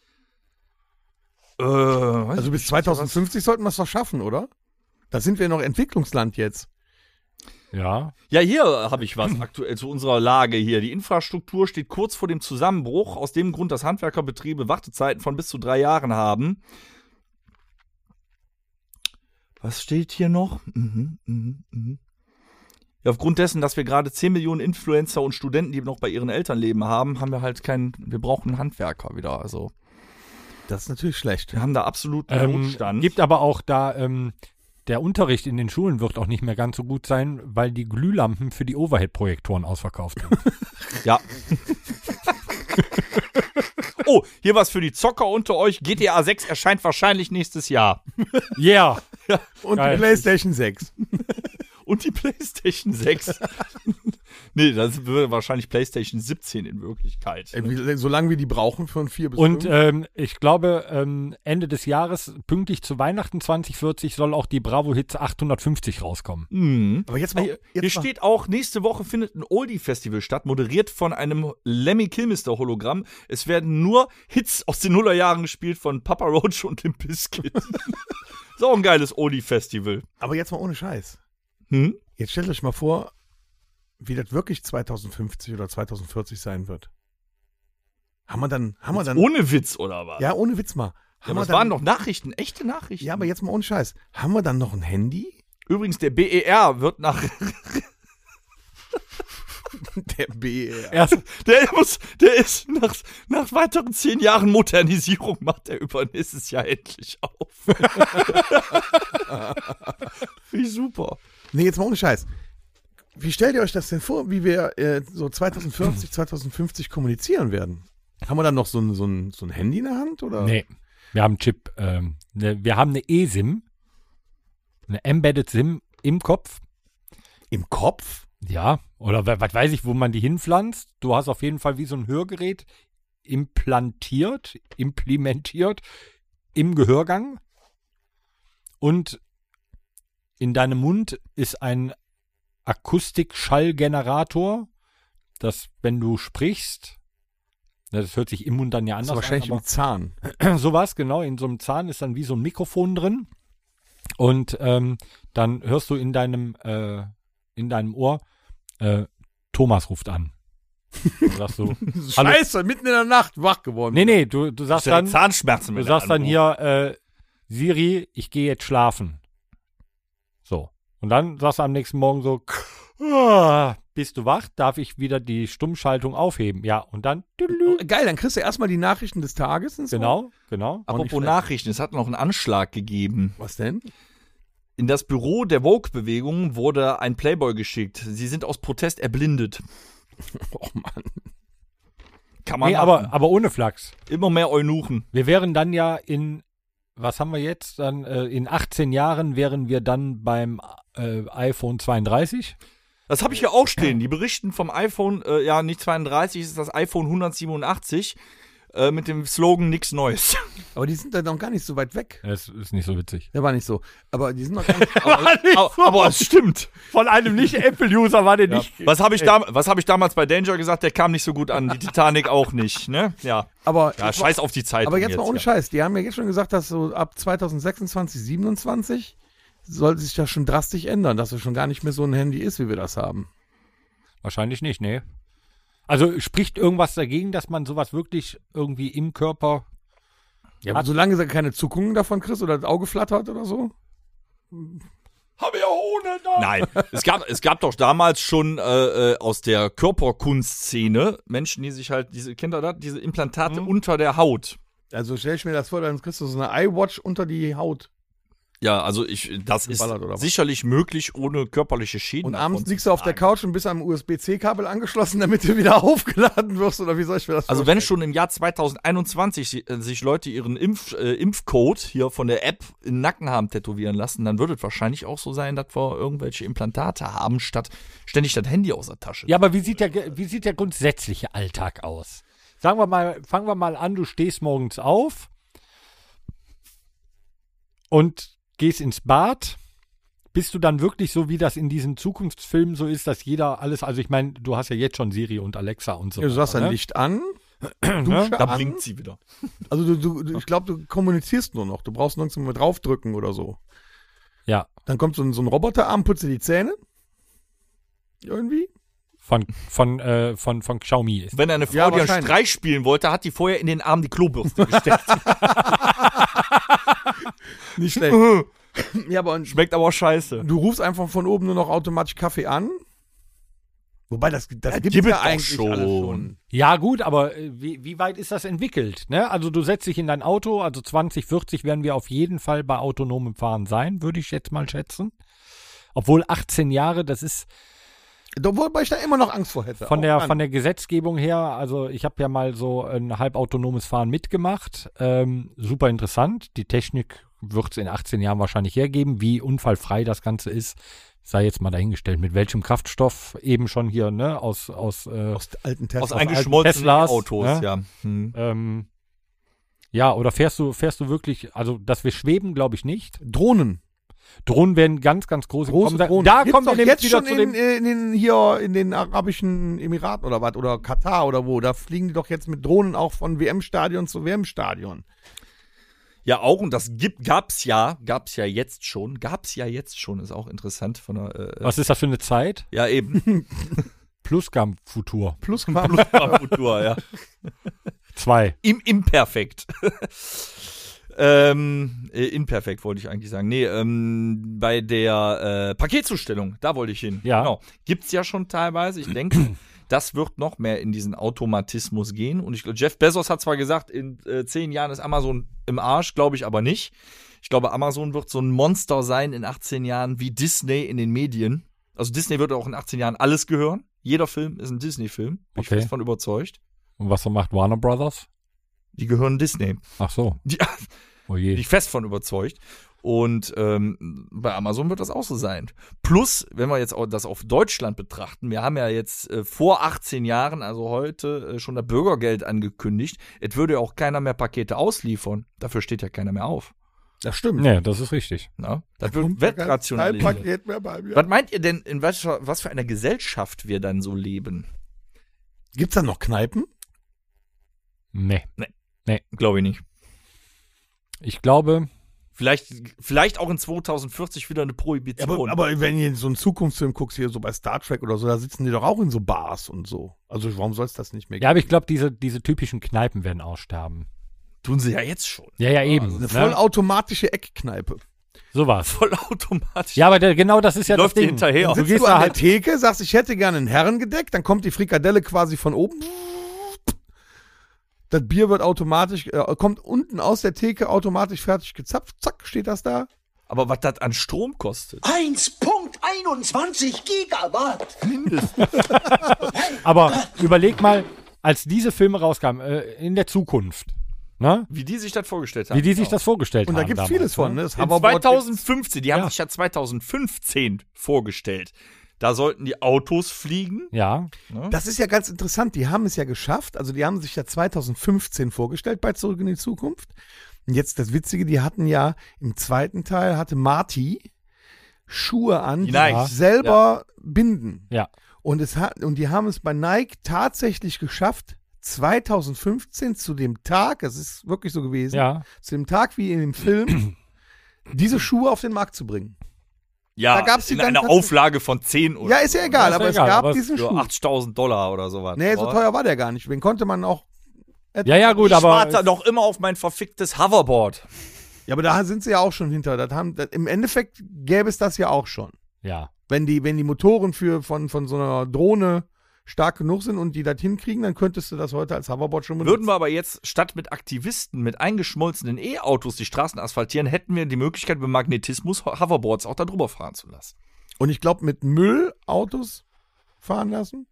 Äh, Also bis zwanzig fünfzig sollten wir es doch schaffen, oder? Da sind wir noch Entwicklungsland jetzt. Ja. Ja, hier habe ich was aktuell zu unserer Lage hier. Die Infrastruktur steht kurz vor dem Zusammenbruch, aus dem Grund, dass Handwerkerbetriebe Wartezeiten von bis zu drei Jahren haben. Was steht hier noch? Mhm, mhm, mhm. Ja, aufgrund dessen, dass wir gerade zehn Millionen Influencer und Studenten, die noch bei ihren Eltern leben haben, haben wir halt keinen, wir brauchen einen Handwerker wieder. Also Das ist natürlich schlecht. wir haben da absolut einen Ähm, Notstand. gibt aber auch da, ähm, der Unterricht in den Schulen wird auch nicht mehr ganz so gut sein, weil die Glühlampen für die Overhead-Projektoren ausverkauft sind. Ja. Oh, hier was für die Zocker unter euch. G T A sechs erscheint wahrscheinlich nächstes Jahr. Yeah. Und Geil. die PlayStation sechs. Und die PlayStation sechs. Nee, das wird wahrscheinlich PlayStation siebzehn in Wirklichkeit. Ey, wie, solange wir die brauchen von vier bis Und fünf. ähm, ich glaube, ähm, Ende des Jahres, pünktlich zu Weihnachten zwanzig vierzig, soll auch die Bravo Hits achthundertfünfzig rauskommen. Mhm. Aber jetzt mal, Hier, jetzt hier mal. steht auch, nächste Woche findet ein Oldie-Festival statt, moderiert von einem Lemmy Kilmister-Hologramm. Es werden nur Hits aus den Nullerjahren gespielt von Papa Roach und Limp Bizkit. Ist auch ein geiles Oldie-Festival. Aber jetzt mal ohne Scheiß. Hm? Jetzt stellt euch mal vor, wie das wirklich zwanzig fünfzig oder zwanzig vierzig sein wird. Haben wir dann, haben wir dann, Ohne Witz, oder was? ja, ohne Witz mal. Ja, Haben aber wir es dann, waren doch Nachrichten, echte Nachrichten. ja, aber jetzt mal ohne Scheiß. Haben wir dann noch ein Handy? Übrigens, der B E R wird nach. Der B R. Erst, Der muss, der ist nach, nach weiteren zehn Jahren Modernisierung macht er übernächstes Jahr endlich auf. Wie super. Nee, jetzt mal ohne Scheiß. Wie stellt ihr euch das denn vor, wie wir äh, so zwanzig vierzig, zwanzig fünfzig kommunizieren werden? Haben wir dann noch so ein, so ein, so ein Handy in der Hand? Oder? nee, wir haben einen Chip. Ähm, ne, wir haben eine eSIM, eine Embedded SIM im Kopf. Im Kopf? Ja, oder wa- was weiß ich, wo man die hinpflanzt. Du hast auf jeden Fall wie so ein Hörgerät implantiert, implementiert im Gehörgang. Und in deinem Mund ist ein Akustik-Schallgenerator, dass, wenn du sprichst, das hört sich im Mund dann ja Das ist anders wahrscheinlich an, im Zahn. aber sowas, genau, in so einem Zahn ist dann wie so ein Mikrofon drin. Und ähm, dann hörst du in deinem, äh, in deinem Ohr, äh, Thomas ruft an. Dann sagst du, hallo. Scheiße, mitten in der Nacht wach geworden. Nee, nee, du, du sagst dann, Zahnschmerzen. du wenn sagst er dann anruft. hier, äh, Siri, ich gehe jetzt schlafen. So. Und dann sagst du am nächsten Morgen so, ah, bist du wach? Darf ich wieder die Stummschaltung aufheben? Ja, und dann, Oh, geil, dann kriegst du erstmal die Nachrichten des Tages. Und so. genau, genau. Apropos schlecht. Nachrichten, es hat noch einen Anschlag gegeben. Was denn? In das Büro der Woke-Bewegung wurde ein Playboy geschickt. Sie sind aus Protest erblindet. Oh Mann. Kann man Nee, machen. aber, aber ohne Flachs. Immer mehr Eunuchen. Wir wären dann ja in, was haben wir jetzt? Dann äh, in achtzehn Jahren wären wir dann beim äh, iPhone zweiunddreißig. Das habe ich hier auch stehen. Die berichten vom iPhone, äh, ja nicht zweiunddreißig, es ist das iPhone hundertsiebenundachtzig äh, mit dem Slogan nix Neues. Aber die sind da noch gar nicht so weit weg. Das ist nicht so witzig. Der war nicht so. Aber die sind noch gar nicht. aber, aber es stimmt. Von einem Nicht-Apple-User war der nicht. Was habe ich, dam- was hab ich damals bei Danger gesagt? Der kam nicht so gut an. Die Titanic auch nicht, ne? Ja. aber, Ja, scheiß auf die Zeit. aber jetzt mal ohne ja. Scheiß. Die haben ja jetzt schon gesagt, dass so ab zweitausendsechsundzwanzig, siebenundzwanzig soll sich das schon drastisch ändern, dass es schon gar nicht mehr so ein Handy ist, wie wir das haben. Wahrscheinlich nicht, nee. Also spricht irgendwas dagegen, dass man sowas wirklich irgendwie im Körper. Ja, aber solange du keine Zuckungen davon kriegst oder das Auge flattert oder so. Hab ich auch ohne da. Nein, es gab, es gab doch damals schon äh, äh, aus der Körperkunstszene Menschen, die sich halt, diese, kennt ihr das? Diese Implantate Mhm. unter der Haut. Also stell ich mir das vor, dann kriegst du so eine iWatch unter die Haut. Ja, also ich, das ist Geballert, oder was? sicherlich möglich ohne körperliche Schäden. Und davon abends zu liegst du auf der tragen. Couch und bist am U S B C-Kabel angeschlossen, damit du wieder aufgeladen wirst, oder wie soll ich mir das Also vorstellen? wenn schon im Jahr zweitausendeinundzwanzig si- äh, sich Leute ihren Impf, äh, Impfcode hier von der App in den Nacken haben tätowieren lassen, dann würde es wahrscheinlich auch so sein, dass wir irgendwelche Implantate haben, statt ständig das Handy aus der Tasche. Ja, aber wie sieht der, ge- wie sieht der grundsätzliche Alltag aus? Sagen wir mal, fangen wir mal an, du stehst morgens auf und gehst ins Bad. Bist du dann wirklich so, wie das in diesen Zukunftsfilmen so ist, dass jeder alles, also ich meine, du hast ja jetzt schon Siri und Alexa und so. Ja, du sagst weiter, dann ne? Licht an, Ne? Dusche Da an. blinkt sie wieder. Also du, du, du, ich glaube, du kommunizierst nur noch. Du brauchst nirgends mal draufdrücken oder so. Ja, Dann kommt so ein, so ein Roboterarm, putzt dir die Zähne. Irgendwie. von, von, äh, von, von Xiaomi ist. Wenn eine Frau Ja, dir einen wahrscheinlich. Streich spielen wollte, hat die vorher in den Arm die Klobürste gesteckt. Nicht schlecht. Ja, aber und Schmeckt aber scheiße. du rufst einfach von oben nur noch automatisch Kaffee an. Wobei, das, das Ja, gibt gibt es es ja doch eigentlich schon. alles schon. Ja, gut, aber äh, wie, wie weit ist das entwickelt? Ne? Also du setzt dich in dein Auto, also zwanzig vierzig werden wir auf jeden Fall bei autonomem Fahren sein, würde ich jetzt mal schätzen. Obwohl achtzehn Jahre, das ist Wobei ich da immer noch Angst vor hätte. von Auch der, an. von der Gesetzgebung her, also ich habe ja mal so ein halbautonomes Fahren mitgemacht. Ähm, super interessant. Die Technik wird es in achtzehn Jahren wahrscheinlich hergeben. Wie unfallfrei das Ganze ist, sei jetzt mal dahingestellt. Mit welchem Kraftstoff eben schon hier, ne, aus, aus, äh, Aus alten Aus Tesla. eingeschmolzenen Teslas, Autos, ne? ja. Hm. ähm, ja, oder fährst du, fährst du wirklich, also dass wir schweben, glaube ich nicht. Drohnen. Drohnen werden ganz, ganz groß im Große Kommen sein. Drohnen. Da Gibt's kommen wir doch nämlich jetzt wieder schon zu in, dem. in den hier in den Arabischen Emiraten oder was oder Katar oder wo. Da fliegen die doch jetzt mit Drohnen auch von W M-Stadion zu W M-Stadion. Ja, auch, und das gibt, gab's ja, gab's ja jetzt schon, gab's ja jetzt schon, ist auch interessant von der, äh, Was ist das für eine Zeit? ja eben, Pluscam Futur. Plus Futur, ja. Zwei. Im Imperfekt. ähm, äh, imperfekt wollte ich eigentlich sagen. Nee, ähm, bei der äh, Paketzustellung, da wollte ich hin. Ja. Genau. Gibt's ja schon teilweise. Ich denke, das wird noch mehr in diesen Automatismus gehen. Und ich glaube, Jeff Bezos hat zwar gesagt, in äh, zehn Jahren ist Amazon im Arsch, glaube ich aber nicht. Ich glaube, Amazon wird so ein Monster sein in achtzehn Jahren wie Disney in den Medien. Also Disney wird auch in achtzehn Jahren alles gehören. Jeder Film ist ein Disney-Film. Bin ich Okay. fest von überzeugt. Und was so macht Warner Brothers? Die gehören Disney. Ach so. Die, Oh bin je. ich fest von überzeugt. Und ähm, bei Amazon wird das auch so sein. Plus, wenn wir jetzt auch das auf Deutschland betrachten, wir haben ja jetzt äh, vor achtzehn Jahren, also heute, äh, schon das Bürgergeld angekündigt. Es würde ja auch keiner mehr Pakete ausliefern. Dafür steht ja keiner mehr auf. Das stimmt. Nee, das ist richtig. Na? Das Kommt wird kein wettrationalisiert. Paket mehr bei mir. Was meint ihr denn, in was, was für einer Gesellschaft wir dann so leben? Gibt's da noch Kneipen? Nee. Glaube ich nicht. Ich glaube, Vielleicht, vielleicht auch in zweitausendvierzig wieder eine Prohibition. Aber, aber wenn ihr in so einen Zukunftsfilm guckst, hier so bei Star Trek oder so, da sitzen die doch auch in so Bars und so. Also warum soll es das nicht mehr geben? Ja, aber ich glaube, diese, diese typischen Kneipen werden aussterben. Tun sie ja jetzt schon. Ja, ja, eben. Eine ne? vollautomatische Eckkneipe. So was. Vollautomatisch. Ja, aber der, genau das ist ja Läuft das dir Ding. hinterher. Du Sitzt gehst du da an halt, der Theke, sagst, ich hätte gerne ein Herrengedeck, dann kommt die Frikadelle quasi von oben. Das Bier wird automatisch, äh, kommt unten aus der Theke automatisch fertig gezapft. Zack, steht das da. Aber was das an Strom kostet. eins Komma einundzwanzig Gigawatt. aber überleg mal, als diese Filme rauskamen, äh, in der Zukunft, ne? Wie die sich das vorgestellt haben. Wie die sich das vorgestellt Und haben. da gibt's damals, vieles von, ne? ne? Das In Hoverboard zweitausendfünfzehn, die haben Ja. sich ja zweitausendfünfzehn vorgestellt. Da sollten die Autos fliegen. Ja, Das ist ja ganz interessant. Die haben es ja geschafft. Also die haben sich ja zweitausendfünfzehn vorgestellt bei Zurück in die Zukunft. Und jetzt das Witzige, die hatten ja im zweiten Teil hatte Marty Schuhe an, die Nike. sich selber binden. ja. Und es hat und die haben es bei Nike tatsächlich geschafft, zweitausendfünfzehn zu dem Tag, es ist wirklich so gewesen, Ja. zu dem Tag wie in dem Film, diese Schuhe auf den Markt zu bringen. Ja, Da gab's die in dann einer tatsächlich- Auflage von zehn oder Ja, ist ja egal, ist ja aber egal, es gab aber es- diesen so Schuh. achtzigtausend Dollar oder sowas. Nee, so Aber teuer war der gar nicht. Den konnte man auch. Ja, ja, gut, ich aber. warte noch immer auf mein verficktes Hoverboard. Ja, aber da sind sie ja auch schon hinter. Das haben, das, im Endeffekt gäbe es das ja auch schon. Ja. Wenn die, wenn die Motoren für, von, von so einer Drohne stark genug sind und die das hinkriegen, dann könntest du das heute als Hoverboard schon benutzen. Würden wir aber jetzt statt mit Aktivisten, mit eingeschmolzenen E-Autos die Straßen asphaltieren, hätten wir die Möglichkeit, mit Magnetismus Hoverboards auch da drüber fahren zu lassen. Und ich glaube, mit Müllautos fahren lassen?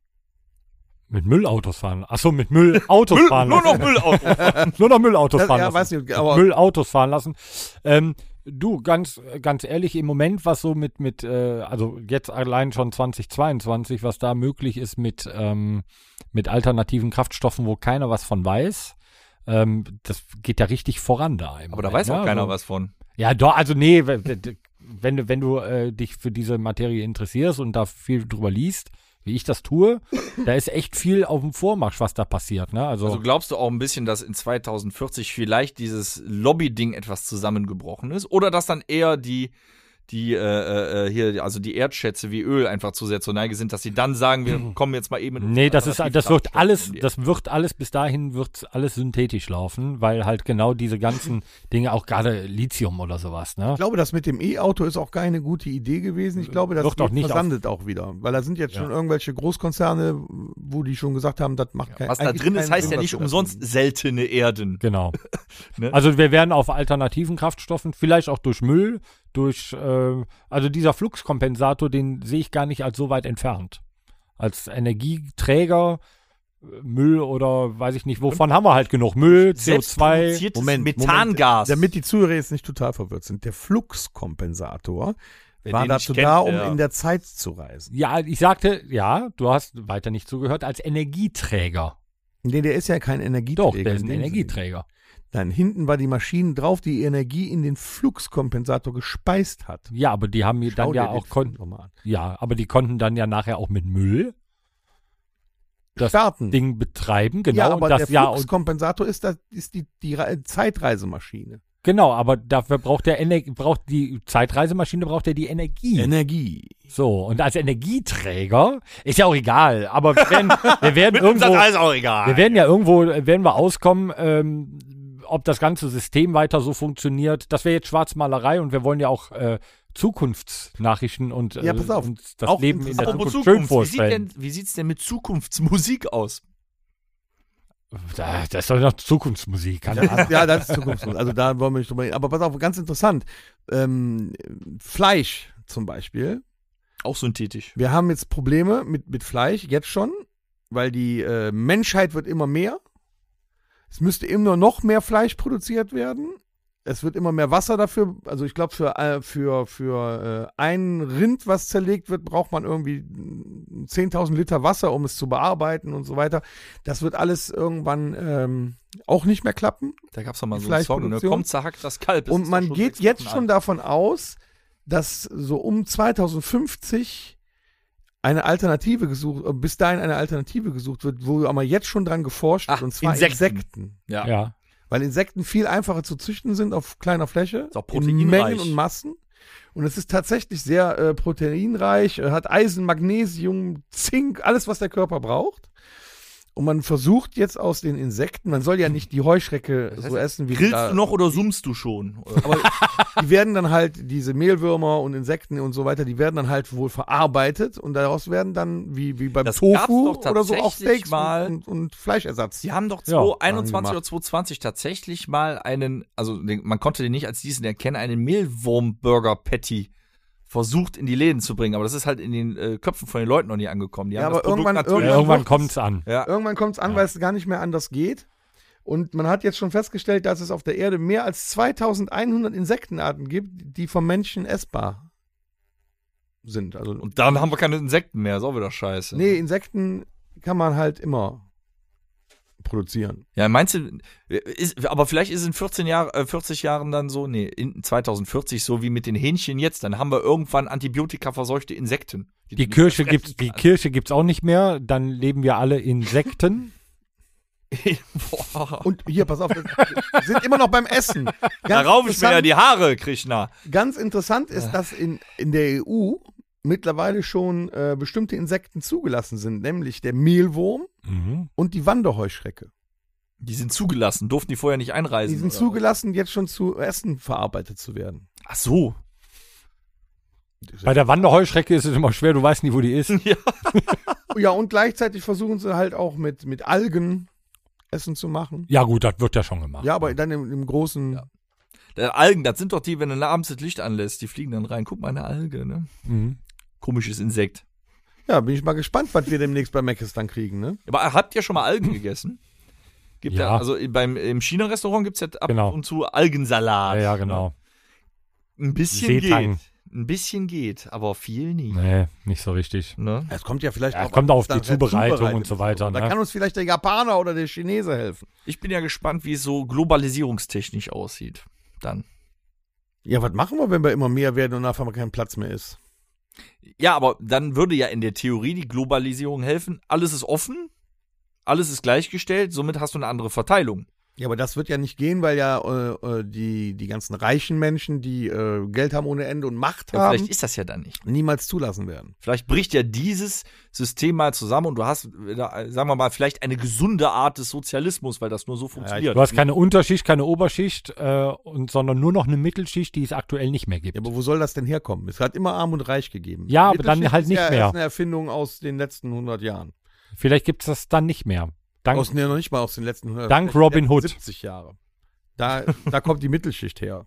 Mit Müllautos fahren. Achso, mit Müllautos Müll, fahren nur lassen. noch Müllautos. nur noch Müllautos Das, fahren ja, lassen. weiß nicht, aber Müllautos fahren lassen. Ähm, du, ganz, ganz ehrlich, im Moment, was so mit, mit, äh, also jetzt allein schon zweitausendzweiundzwanzig, was da möglich ist mit, ähm, mit alternativen Kraftstoffen, wo keiner was von weiß, ähm, das geht ja richtig voran da. im Aber da Moment, weiß auch ne? keiner also, was von. Ja, doch, also nee, wenn, wenn du, wenn du äh, dich für diese Materie interessierst und da viel drüber liest, wie ich das tue, da ist echt viel auf dem Vormarsch, was da passiert, ne? Also, Also glaubst du auch ein bisschen, dass in zweitausendvierzig vielleicht dieses Lobby-Ding etwas zusammengebrochen ist? Oder dass dann eher die, die, äh, äh, hier, also die Erdschätze wie Öl einfach zu sehr zur Neige sind, dass sie dann sagen, wir kommen jetzt mal eben mit nee, das ist, das wird alles, um die- das wird alles, bis dahin wird alles synthetisch laufen, weil halt genau diese ganzen Dinge, auch gerade Lithium oder sowas, ne? ich glaube, das mit dem E-Auto ist auch keine gute Idee gewesen. Ich glaube, das Wird auch geht- nicht versandet auch wieder. Weil da sind jetzt schon Ja. irgendwelche Großkonzerne, wo die schon gesagt haben, das macht kein Was da eigentlich drin ist, keinen heißt Sinn, ja was nicht wir da umsonst tun. seltene Erden. Genau. Ne? Also wir werden auf alternativen Kraftstoffen, vielleicht auch durch Müll, durch, äh, also dieser Fluxkompensator, den sehe ich gar nicht als so weit entfernt. Als Energieträger, äh, Müll oder weiß ich nicht, wovon haben wir halt genug? Müll, C O zwei. Selbstproduziertes Moment, Methangas. Damit die Zuhörer jetzt nicht total verwirrt sind. Der Fluxkompensator Wer war den dazu nicht kennt, da, um der- in der Zeit zu reisen. Ja, ich sagte, ja, du hast weiter nicht zugehört, als Energieträger. Nee, der ist ja kein Energieträger. Doch, der ist in ein dem Energieträger. Sinne. Nein, hinten war die Maschine drauf, die Energie in den Fluxkompensator gespeist hat. Ja, aber die haben dann Schau ja dir den auch, kon Film nochmal an. ja, aber die konnten dann ja nachher auch mit Müll das Starten. Ding betreiben, genau. ja, aber und das, der ja, und, Fluxkompensator ist, das, ist die, die Re- Zeitreisemaschine. genau, aber dafür braucht der Ener braucht die Zeitreisemaschine braucht ja die Energie. Energie. So, und als Energieträger ist ja auch egal, aber wir werden, wir werden Mit uns ist irgendwo, alles auch egal. wir werden ja irgendwo, werden wir auskommen, ähm, ob das ganze System weiter so funktioniert. Das wäre jetzt Schwarzmalerei und wir wollen ja auch äh, Zukunftsnachrichten und, äh, Ja, pass auf, uns das auch Leben in der Apropos Zukunft schön Zukunft, wie sieht vorstellen. denn, wie sieht's denn mit Zukunftsmusik aus? Da- Das ist doch noch Zukunftsmusik, keine Ahnung. Ja, das ist Zukunftsmusik. Also da wollen wir nicht drüber reden. Aber pass auf, ganz interessant. Ähm, Fleisch zum Beispiel. Auch synthetisch. Wir haben jetzt Probleme mit, mit Fleisch, jetzt schon, weil die äh, Menschheit wird immer mehr. Es müsste immer noch mehr Fleisch produziert werden. Es wird immer mehr Wasser dafür, also ich glaube, für, äh, für, für äh, ein Rind, was zerlegt wird, braucht man irgendwie zehntausend Liter Wasser, um es zu bearbeiten und so weiter. Das wird alles irgendwann ähm, auch nicht mehr klappen. Da gab's doch mal so einen Song, ne? Fleischproduktion. Kommt zerhackt das Kalb. Das Und ist man doch geht sechs jetzt Wochen schon alt. davon aus, dass so um zweitausendfünfzig eine Alternative gesucht, äh, bis dahin eine Alternative gesucht wird, wo aber jetzt schon dran geforscht Ach, wird, und zwar Insekten. Insekten. Ja. Ja. Weil Insekten viel einfacher zu züchten sind auf kleiner Fläche, Ist auch in proteinreich. Mengen und Massen. Und es ist tatsächlich sehr äh, proteinreich, äh, hat Eisen, Magnesium, Zink, alles, was der Körper braucht. Und man versucht jetzt aus den Insekten, man soll ja nicht die Heuschrecke Das heißt, so essen wie Grillst da, du noch oder summst du schon? aber die werden dann halt, diese Mehlwürmer und Insekten und so weiter, die werden dann halt wohl verarbeitet und daraus werden dann, wie, wie beim Das gab's Tofu doch oder so, auch tatsächlich Steaks mal. und, und, und Fleischersatz. Sie haben doch Ja, zwanzig einundzwanzig haben oder zwanzig zwanzig tatsächlich mal einen, also den, man konnte den nicht als diesen erkennen, einen Mehlwurm-Burger-Patty versucht in die Läden zu bringen. Aber das ist halt in den äh, Köpfen von den Leuten noch nie angekommen. Die Ja, haben aber das Produkt irgendwann- natürlich. Ja, irgendwann wird's- kommt's an. Ja. Irgendwann kommt es an, Ja. weil es gar nicht mehr anders geht. Und man hat jetzt schon festgestellt, dass es auf der Erde mehr als zweitausendeinhundert Insektenarten gibt, die vom Menschen essbar sind. Also, Und dann haben wir keine Insekten mehr. Ist auch wieder scheiße. nee, Insekten kann man halt immer produzieren. Ja, meinst du, ist, aber vielleicht ist es in vierzehn Jahr, äh, vierzig Jahren dann so, nee, in zweitausendvierzig so wie mit den Hähnchen jetzt, dann haben wir irgendwann antibiotika-verseuchte Insekten. Die du nicht Kirche mehr gibt's, fressen die kannst. Kirche gibt's auch nicht mehr. Dann leben wir alle Insekten. Boah. Und hier, pass auf, wir sind immer noch beim Essen. Ganz Da raufe ich mir ja interessant- die Haare, Krishna. Ganz interessant ist, dass in, in der E U mittlerweile schon äh, bestimmte Insekten zugelassen sind, nämlich der Mehlwurm Mhm. und die Wanderheuschrecke. Die sind zugelassen, durften die vorher nicht einreisen. Die sind oder? zugelassen, jetzt schon zu Essen verarbeitet zu werden. Ach so. Bei der Wanderheuschrecke ist es immer schwer, du weißt nie, wo die ist. Ja, und gleichzeitig versuchen sie halt auch mit, mit Algen Essen zu machen. Ja gut, das wird ja schon gemacht. Ja, aber dann im, im großen. Ja. Der Algen, das sind doch die, wenn du abends das Licht anlässt, die fliegen dann rein. Guck mal, eine Alge, ne? Mhm. Komisches Insekt. Ja, bin ich mal gespannt, was wir demnächst bei Mc's dann kriegen, ne? Aber habt ihr schon mal Algen gegessen? Gibt ja. Ja. also beim, im China-Restaurant gibt es ja ab Genau. und zu Algensalat. Ja, ja, genau. Ne? Ein bisschen Seetang. geht. Ein bisschen geht, aber viel nicht. Nee, nicht so richtig. Ne? Es kommt ja vielleicht Ja, auch kommt an, auf was die dann Zubereitung zubereitet und so ist. weiter, Da ne? kann uns vielleicht der Japaner oder der Chinese helfen. Ich bin ja gespannt, wie es so globalisierungstechnisch aussieht. Dann. Ja, was machen wir, wenn wir immer mehr werden und nachher mal kein Platz mehr ist? Ja, aber dann würde ja in der Theorie die Globalisierung helfen. Alles ist offen, alles ist gleichgestellt, somit hast du eine andere Verteilung. Ja, aber das wird ja nicht gehen, weil ja äh, äh, die, die ganzen reichen Menschen, die äh, Geld haben ohne Ende und Macht Ja, haben, vielleicht ist das ja dann nicht. niemals zulassen werden. Vielleicht bricht ja dieses System mal zusammen und du hast, äh, sagen wir mal, vielleicht eine gesunde Art des Sozialismus, weil das nur so funktioniert. Du hast keine Unterschicht, keine Oberschicht, äh, und, sondern nur noch eine Mittelschicht, die es aktuell nicht mehr gibt. Ja, aber wo soll das denn herkommen? Es hat immer Arm und Reich gegeben. Ja, aber dann Mittelschicht halt ist nicht ja mehr. erst eine Erfindung aus den letzten hundert Jahren. Vielleicht gibt es das dann nicht mehr. Dank, Aus, nee, noch nicht mal aus den letzten hundert Dank vielleicht die Robin letzten Hood. siebzig Jahre. Da, da kommt die Mittelschicht her.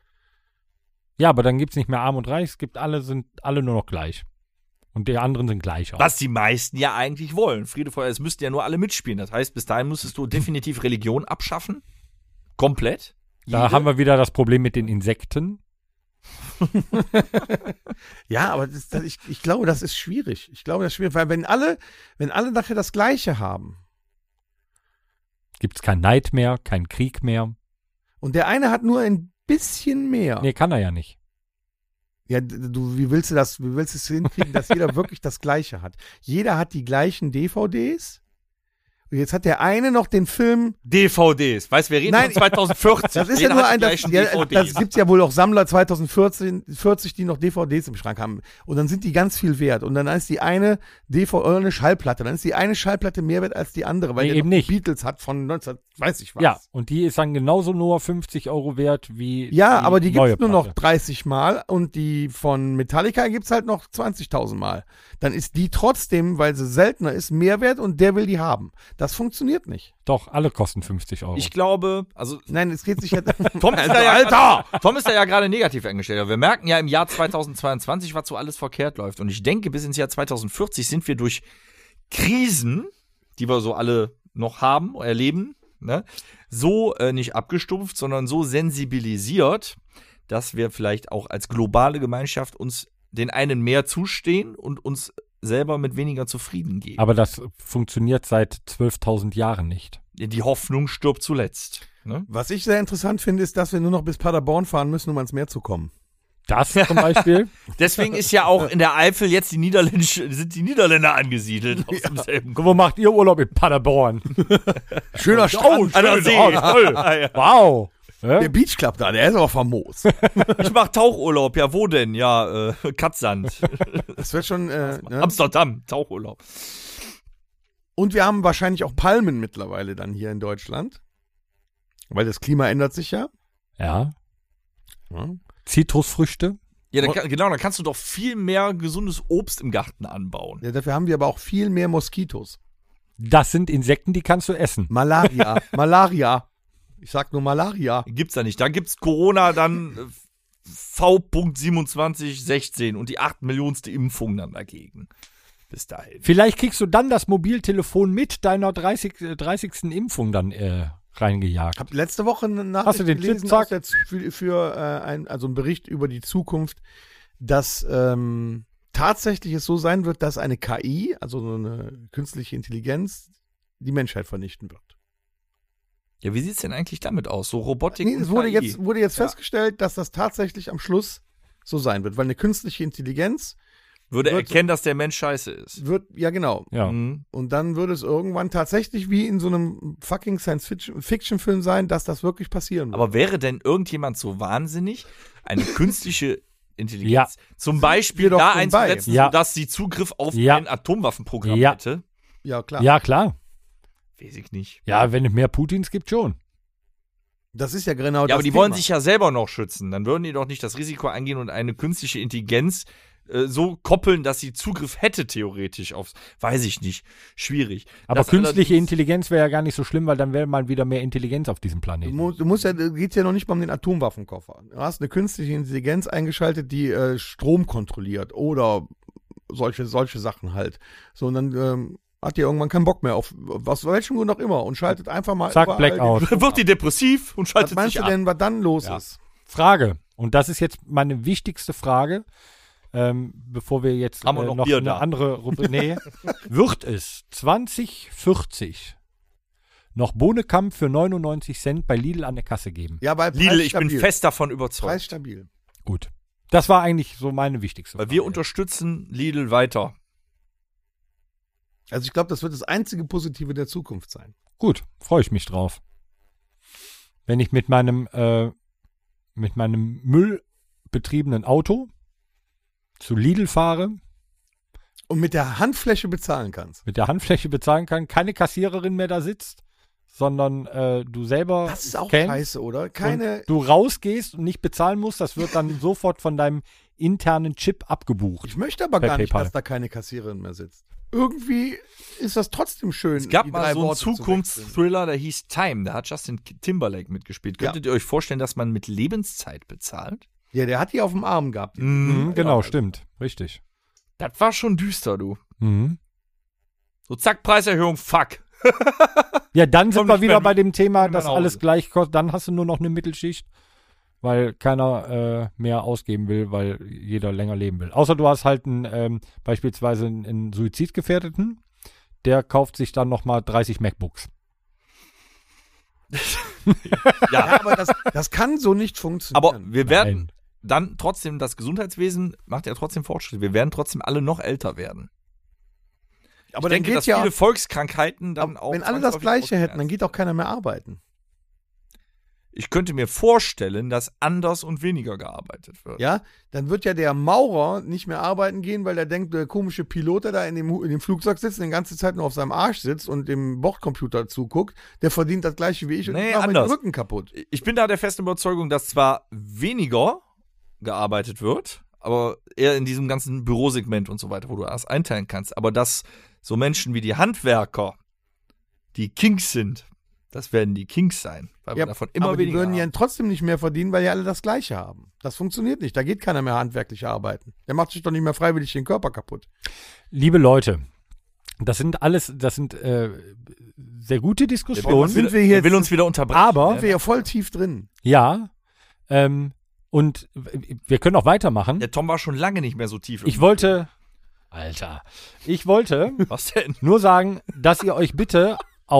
ja, aber dann gibt es nicht mehr Arm und Reich, es gibt alle, sind alle nur noch gleich. Und die anderen sind gleich auch. Was die meisten ja eigentlich wollen. Friede, Feuer, es müssten ja nur alle mitspielen. Das heißt, bis dahin müsstest du definitiv Religion abschaffen. Komplett. Da Jede. haben wir wieder das Problem mit den Insekten. Ja, aber das, das, ich, ich glaube, das ist schwierig. Ich glaube, das ist schwierig, weil wenn alle, wenn alle nachher das Gleiche haben Gibt es kein Neid mehr, kein Krieg mehr. und der eine hat nur ein bisschen mehr. Nee, kann er ja nicht. Ja, d- du, wie willst du das, wie willst du es hinkriegen, dass jeder wirklich das Gleiche hat? Jeder hat die gleichen D V Ds. Und jetzt hat der eine noch den Film. D V Ds. Weißt du, wir reden Nein, von zweitausendvierzig. Das ist Jeder ja nur hat ein, die das, gleichen ja, D V Ds. das gibt's ja wohl auch Sammler zweitausendvierzig, vierzig, die noch D V Ds im Schrank haben. Und dann sind die ganz viel wert. Und dann ist die eine D V D oder eine Schallplatte. Dann ist die eine Schallplatte mehr wert als die andere, weil Nee, der eben noch nicht. Beatles hat von neunzehn, weiß ich was. Ja, und die ist dann genauso nur fünfzig Euro wert wie Ja, aber die neue gibt's nur noch Platte. dreißig Mal und die von Metallica gibt's halt noch zwanzigtausend Mal. Dann ist die trotzdem, weil sie seltener ist, mehr wert und der will die haben. Das funktioniert nicht. Doch, alle kosten fünfzig Euro. Ich glaube, also Nein, es geht sich ja. Tom ist, da ja Alter! Tom ist da ja gerade negativ eingestellt. Aber wir merken ja im Jahr zweitausendzweiundzwanzig, was so alles verkehrt läuft. Und ich denke, bis ins Jahr zweitausendvierzig sind wir durch Krisen, die wir so alle noch haben, erleben, ne, so äh, nicht abgestumpft, sondern so sensibilisiert, dass wir vielleicht auch als globale Gemeinschaft uns den einen mehr zustehen und uns selber mit weniger zufrieden geben. Aber das funktioniert seit zwölftausend Jahren nicht. Die Hoffnung stirbt zuletzt. Ne? Was ich sehr interessant finde, ist, dass wir nur noch bis Paderborn fahren müssen, um ans Meer zu kommen. Das zum Beispiel. Deswegen ist ja auch in der Eifel jetzt die Niederländische, sind die Niederländer angesiedelt. Aus demselben Grund. Wo macht ihr Urlaub in Paderborn? Schöner Oh, Strand. An der schön, See. oh, toll. Ah, ja. Wow. Ja? Der Beach Club da, der ist aber famos. Ich mach Tauchurlaub. Ja, wo denn? Ja, äh, Katzsand. Das wird schon, äh, ne? Amsterdam, Tauchurlaub. Und wir haben wahrscheinlich auch Palmen mittlerweile dann hier in Deutschland. Weil das Klima ändert sich ja. Ja. Ja. Zitrusfrüchte. Ja, da, kann- genau, da kannst du doch viel mehr gesundes Obst im Garten anbauen. Ja, dafür haben wir aber auch viel mehr Moskitos. Das sind Insekten, die kannst du essen. Malaria. Malaria. Ich sag nur Malaria. Gibt's da nicht. Da gibt's Corona dann äh, V siebenundzwanzig sechzehn und die acht Millionste Impfung dann dagegen. Bis dahin. Vielleicht kriegst du dann das Mobiltelefon mit deiner dreißig, äh, dreißigsten Impfung dann äh, reingejagt. Hab letzte Woche eine Hast Nachricht du den gelesen Chip, zack? aus der Z- für, für äh, ein, also einen Bericht über die Zukunft, dass ähm, tatsächlich es so sein wird, dass eine K I, also so eine künstliche Intelligenz, die Menschheit vernichten wird. Ja, wie sieht's denn eigentlich damit aus? So Robotik Nee, und es wurde K I. jetzt, wurde jetzt Ja. festgestellt, dass das tatsächlich am Schluss so sein wird, weil eine künstliche Intelligenz Würde wird- erkennen, dass der Mensch scheiße ist. wird, ja genau, Ja. Mhm. und dann würde es irgendwann tatsächlich wie in so einem fucking Science-Fiction-Film sein, dass das wirklich passieren wird. Aber wäre denn irgendjemand so wahnsinnig, eine künstliche Intelligenz Ja. zum Beispiel wir doch da schon bei. einzusetzen, Ja. sodass sie Zugriff auf Ja. ein Atomwaffenprogramm Ja. hätte? ja, klar. Ja, klar. Weiß ich nicht. Ja, wenn es mehr Putins gibt, schon. Das ist ja genau das Ja, aber die Thema. wollen sich ja selber noch schützen. Dann würden die doch nicht das Risiko eingehen und eine künstliche Intelligenz äh, so koppeln, dass sie Zugriff hätte theoretisch aufs, weiß ich nicht, schwierig. Aber Das künstliche allerdings- Intelligenz wäre ja gar nicht so schlimm, weil dann wäre mal wieder mehr Intelligenz auf diesem Du, Planeten. mu du musst ja, geht's ja noch nicht mal um den Atomwaffenkoffer. Du hast eine künstliche Intelligenz eingeschaltet, die äh, Strom kontrolliert oder solche, solche Sachen halt. So, und dann ähm, hat die irgendwann keinen Bock mehr auf, aus welchem Grund auch immer und schaltet einfach mal Zack, überall Blackout. den Strom Wird die ab. depressiv und Was schaltet meinst sich du ab. denn, was dann los Ja. ist? Frage, und das ist jetzt meine wichtigste Frage, ähm, bevor wir jetzt Haben wir äh, noch noch Bier eine da? andere Rubrik. Nee, wird es zwanzig vierzig noch Bohnekamp für neunundneunzig Cent bei Lidl an der Kasse geben? Ja, bei Lidl, ich bin stabil. fest davon überzeugt. Preis stabil. Gut. Das war eigentlich so meine wichtigste Weil Frage. wir unterstützen Lidl weiter. Also ich glaube, das wird das einzige Positive der Zukunft sein. Gut, freue ich mich drauf. Wenn ich mit meinem, äh, mit meinem müllbetriebenen Auto zu Lidl fahre, Und mit der Handfläche bezahlen kannst. mit der Handfläche bezahlen kann, keine Kassiererin mehr da sitzt, sondern äh, du selber Das ist auch scannst scheiße, oder? Keine. und du rausgehst und nicht bezahlen musst, das wird dann sofort von deinem internen Chip abgebucht. Ich möchte aber Per gar nicht, PayPal. dass da keine Kassiererin mehr sitzt. Irgendwie ist das trotzdem schön. Es gab die mal drei so einen Worte zu wechseln. Zukunftsthriller, der hieß Time. Da hat Justin Timberlake mitgespielt. Könntet ihr euch vorstellen, dass man mit Lebenszeit bezahlt? Ja, der hat die auf dem Arm gehabt. Mhm, genau, ja. stimmt. Richtig. Das war schon düster, du. Mhm. So, zack, Preiserhöhung, fuck. Ja, dann sind Komm wir nicht wieder mehr- bei dem Thema, nicht mehr dass nach alles Hause. gleich kostet. Dann hast du nur noch eine Mittelschicht, weil keiner äh, mehr ausgeben will, weil jeder länger leben will. Außer du hast halt einen, ähm, beispielsweise einen, einen Suizidgefährdeten, der kauft sich dann nochmal dreißig MacBooks. Ja, aber das, das kann so nicht funktionieren. Aber wir werden Nein. dann trotzdem, das Gesundheitswesen macht ja trotzdem Fortschritte. Wir werden trotzdem alle noch älter werden. aber ich denke, dass ja, viele Volkskrankheiten dann aber auch. wenn alle das zwangsläufig Gleiche aussterben. hätten, dann geht auch keiner mehr arbeiten. Ich könnte mir vorstellen, dass anders und weniger gearbeitet wird. Ja, dann wird ja der Maurer nicht mehr arbeiten gehen, weil er denkt, der komische Pilot, der da in dem, Hu- in dem Flugzeug sitzt und die ganze Zeit nur auf seinem Arsch sitzt und dem Bordcomputer zuguckt, der verdient das Gleiche wie ich und Nee, ich mache mir den anders. Rücken kaputt. Ich bin da der festen Überzeugung, dass zwar weniger gearbeitet wird, aber eher in diesem ganzen Bürosegment und so weiter, wo du das einteilen kannst, aber dass so Menschen wie die Handwerker, die Kings sind, das werden die Kings sein, weil wir Ja, davon immer aber die weniger würden ja haben. trotzdem nicht mehr verdienen, weil ja alle das Gleiche haben. Das funktioniert nicht. Da geht keiner mehr handwerklich arbeiten. Der macht sich doch nicht mehr freiwillig den Körper kaputt. Liebe Leute, das sind alles, das sind äh, sehr gute Der will, Diskussionen. uns wieder, sind wir jetzt- der will uns wieder unterbrechen. aber- Sind wir ja voll tief drin. Ja, ähm, und wir können auch weitermachen. Der Tom war schon lange nicht mehr so tief. Ich wollte, Alter, ich wollte Was denn? nur sagen, dass ihr euch bitte auf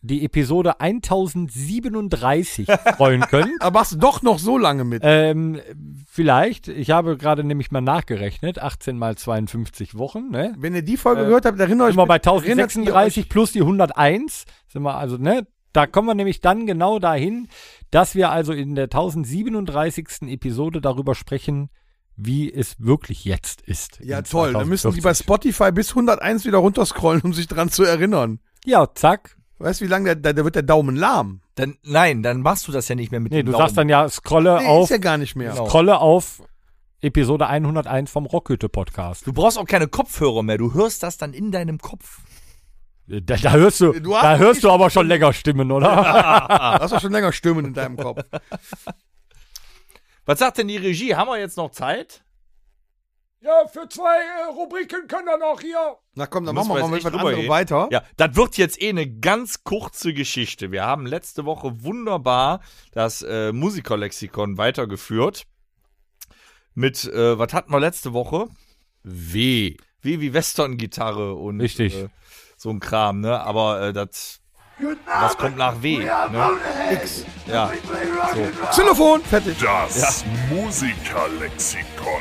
die Episode tausendsiebenunddreißig freuen könnt. Aber machst du doch noch so lange mit. Ähm, vielleicht. Ich habe gerade nämlich mal nachgerechnet. achtzehn mal zweiundfünfzig Wochen, ne? Wenn ihr die Folge äh, gehört habt, erinnert euch. Sind wir bei erinnert ihr tausendsechsunddreißig euch- plus die hunderteins. Sind wir also, ne? Da kommen wir nämlich dann genau dahin, dass wir also in der tausendsiebenunddreißigsten Episode darüber sprechen, wie es wirklich jetzt ist. Ja, in toll. Dann müssen die bei zweitausendvierzig. Spotify bis hunderteins wieder runterscrollen, um sich dran zu erinnern. Ja, zack. Weißt du, wie lange der, da, da wird der Daumen lahm? Dann, nein, dann machst du das ja nicht mehr mit Nee, dem du Daumen. sagst dann ja, scrolle Nee, auf, ist ja gar nicht mehr. Genau. scrolle auf Episode hunderteins vom Rockhütte-Podcast. Du brauchst auch keine Kopfhörer mehr, du hörst das dann in deinem Kopf. Da, da hörst du, Du hast da doch hörst nicht- du aber schon länger Stimmen, oder? Du hast doch schon länger Stimmen in deinem Kopf. Was sagt denn die Regie? Haben wir jetzt noch Zeit? Ja, für zwei äh, Rubriken können wir noch hier. Na komm, dann Müssen machen wir wir mal jetzt mit was echt drüber anderem gehen? weiter. Ja, das wird jetzt eh eine ganz kurze Geschichte. Wir haben letzte Woche wunderbar das äh, Musikerlexikon weitergeführt. Mit, äh, was hatten wir letzte Woche? W. W wie Western-Gitarre und Richtig. Äh, so ein Kram, ne? Aber äh, das, was kommt nach W? Ne? X. Ja, Xylophon, fertig. Das Musikerlexikon.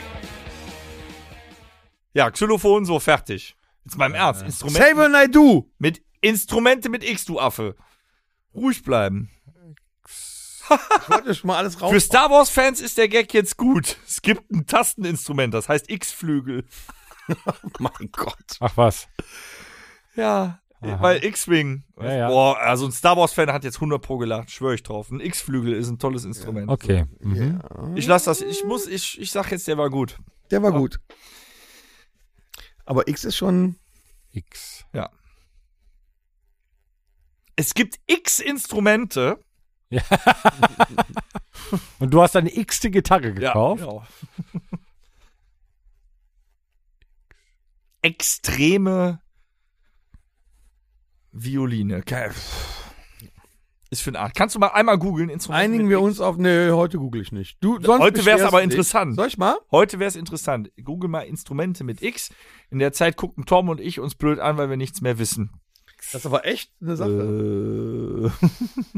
ja, Xylophon, so fertig. Jetzt mal im Ernst. Instrumente Save and I do. mit Instrumente mit X, du Affe. Ruhig bleiben. Ich wollte schon mal alles raus. Für Star Wars-Fans ist der Gag jetzt gut. Es gibt ein Tasteninstrument, das heißt X-Flügel. mein Gott. Ach was. Ja, weil X-Wing. Ja, ja. Boah, also ein Star Wars-Fan hat jetzt hundert pro gelacht, schwöre ich drauf. Ein X-Flügel ist ein tolles Instrument. Okay. Mhm. Ich lasse das, ich muss, ich, ich sag jetzt, der war gut. Der war gut. Aber X ist schon. X. Es gibt X-Instrumente. Und du hast eine x-te Gitarre gekauft? Ja. Extreme Violine. Ke- Ist für eine Art. Kannst du mal einmal googeln? Instrumente Einigen mit wir X? uns auf. Nee, heute google ich nicht. Du, sonst Heute wär's beschwerst aber du dich. interessant. Soll ich mal? Heute wäre es interessant. Google mal Instrumente mit X. In der Zeit gucken Tom und ich uns blöd an, weil wir nichts mehr wissen. Das ist aber echt eine Sache. Äh.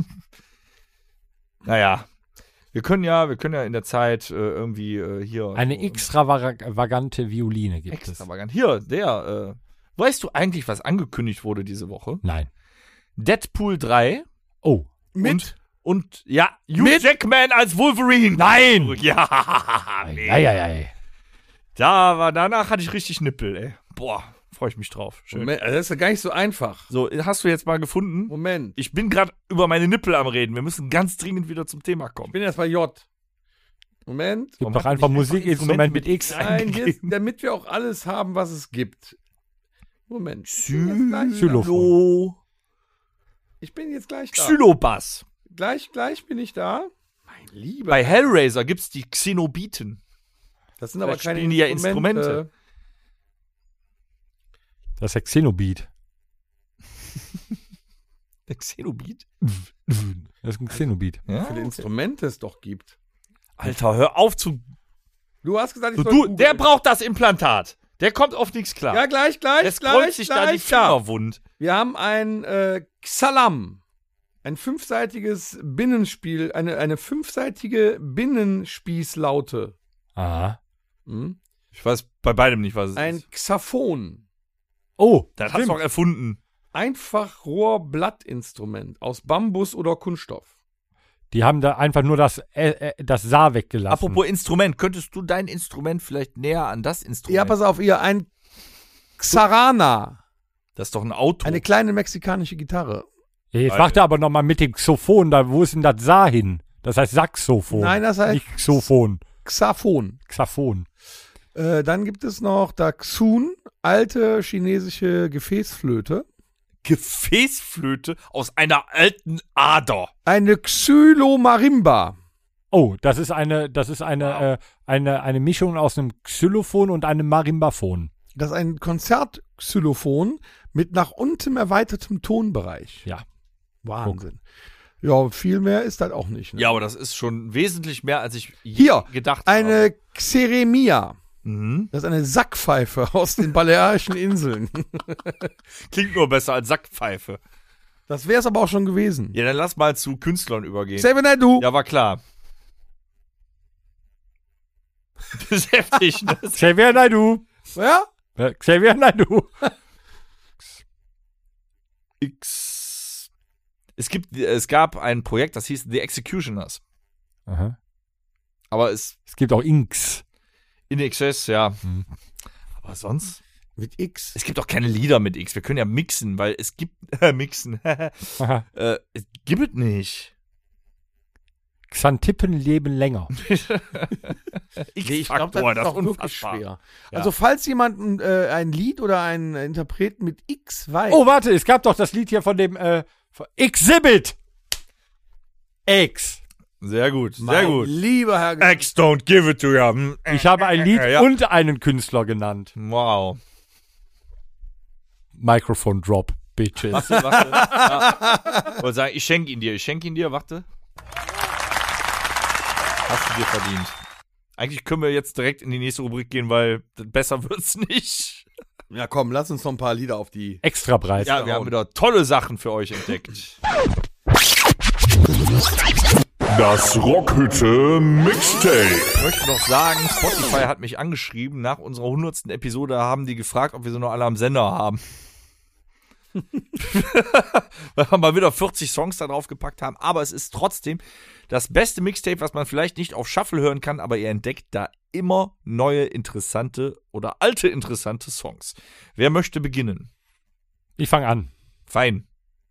Naja. Wir können ja, wir können ja in der Zeit äh, irgendwie äh, hier. Eine extravagante Violine gibt es. Extravagant. Hier, der. Äh, weißt du eigentlich, was angekündigt wurde diese Woche? Nein. Deadpool drei. Oh. Und, und ja, Hugh Mit? Jackman als Wolverine. Nein! Ja, nee. Eieiei. Da war, danach hatte ich richtig Nippel, ey. Boah, freue ich mich drauf. Schön. Moment, also das ist ja gar nicht so einfach. So, hast du jetzt mal gefunden? Moment. Ich bin gerade über meine Nippel am Reden. Wir müssen ganz dringend wieder zum Thema kommen. Ich bin jetzt bei J. Moment. Gib Warum doch hat er einfach nicht Musikinstrument einfach mit X. Nein, jetzt, eingegeben? damit wir auch alles haben, was es gibt. Moment. Xylo. Ich bin jetzt gleich da. Xylobass. Gleich, gleich bin ich da. Mein Lieber. Bei Hellraiser gibt's die Xenobiten. Das sind aber Vielleicht keine spielen die ja Instrumente. Instrumente. Das ist der Xenobeat. Der Xenobit? Das ist ein Xenobeat. Wie Ja? viele Instrumente es doch gibt. Alter, hör auf zu. Du hast gesagt, ich Du, soll du, googeln. der braucht das Implantat. Der kommt auf nichts klar. Ja, gleich, gleich, Der scrollt gleich, sich da die gleich. Da. Finger wund. Wir haben ein äh, Xalam. Ein fünfseitiges Binnenspiel, eine, eine fünfseitige Binnenspießlaute. Aha. Hm? Ich weiß bei beidem nicht, was es Ein ist. Xaphon. Oh, Das hast du auch erfunden. Einfach Rohrblattinstrument aus Bambus oder Kunststoff. die haben da einfach nur das, äh, äh, das Sa weggelassen. Apropos Instrument, könntest du dein Instrument vielleicht näher an das Instrument? Ja, pass auf, ihr, ein Xarana. Das ist doch ein Auto. Eine kleine mexikanische Gitarre. Ja, jetzt macht er aber nochmal mit dem Xophon, da, wo ist denn das Sa hin? Das heißt Saxophon. Nein, das heißt- Nicht Xophon. Xaphon. Xaphon. Äh, dann gibt es noch da Xun, alte chinesische Gefäßflöte. Gefäßflöte aus einer alten Ader. Eine Xylomarimba. Oh, das ist eine, das ist eine, äh, eine, eine Mischung aus einem Xylophon und einem Marimbaphon. Das ist ein Konzertxylophon mit nach unten erweitertem Tonbereich. Ja. Wahnsinn. Ja, viel mehr ist das auch nicht. Ne? Ja, aber das ist schon wesentlich mehr, als ich je Hier, gedacht habe. eine Xeremia. Mhm. Das ist eine Sackpfeife aus den Balearischen Inseln. Klingt nur besser als Sackpfeife. Das wär's aber auch schon gewesen. Ja, dann lass mal zu Künstlern übergehen. Xavier Naidoo. Ja, war klar. Das ist heftig, ne? Xavier Naidoo. Ja? Ja, Xavier Naidoo. X. Es gibt, es gab ein Projekt, das hieß The Executioners. Aha. Aber es Es gibt auch Inks. in Excess, ja. Hm. Aber sonst? Mit X. Es gibt auch keine Lieder mit X. Wir können ja mixen, weil es gibt mixen. Aha. äh, es gibt es nicht. Xantippen leben länger. X-Faktor, das ist auch wirklich unfassbar. schwer. Ja. Also falls jemand ein, äh, ein Lied oder einen Interpreten mit X weiß. Oh, warte, es gab doch das Lied hier von dem äh, von Exhibit. X. Sehr gut, sehr mein gut. Lieber Herr Ge- X don't give it to you. Hm, Ich habe ein Lied ja. und einen Künstler genannt. Wow. Microphone Drop, Bitches. Warte, warte. Ja. Ich wollte sagen, ich schenke ihn dir. Ich schenke ihn dir, warte. Hast du dir verdient. Eigentlich können wir jetzt direkt in die nächste Rubrik gehen, weil besser wird's nicht. Ja, komm, lass uns noch ein paar Lieder auf die. Extrapreis. Ja, wir haben wieder tolle Sachen für euch entdeckt. Das Rockhütte Mixtape. Ich möchte noch sagen, Spotify hat mich angeschrieben. Nach unserer hundertsten Episode haben die gefragt, ob wir sie noch alle am Sender haben. Weil wir mal wieder vierzig Songs da drauf gepackt haben. Aber es ist trotzdem das beste Mixtape, was man vielleicht nicht auf Shuffle hören kann, aber ihr entdeckt da immer neue, interessante oder alte, interessante Songs. Wer möchte beginnen? Ich fange an. Fein.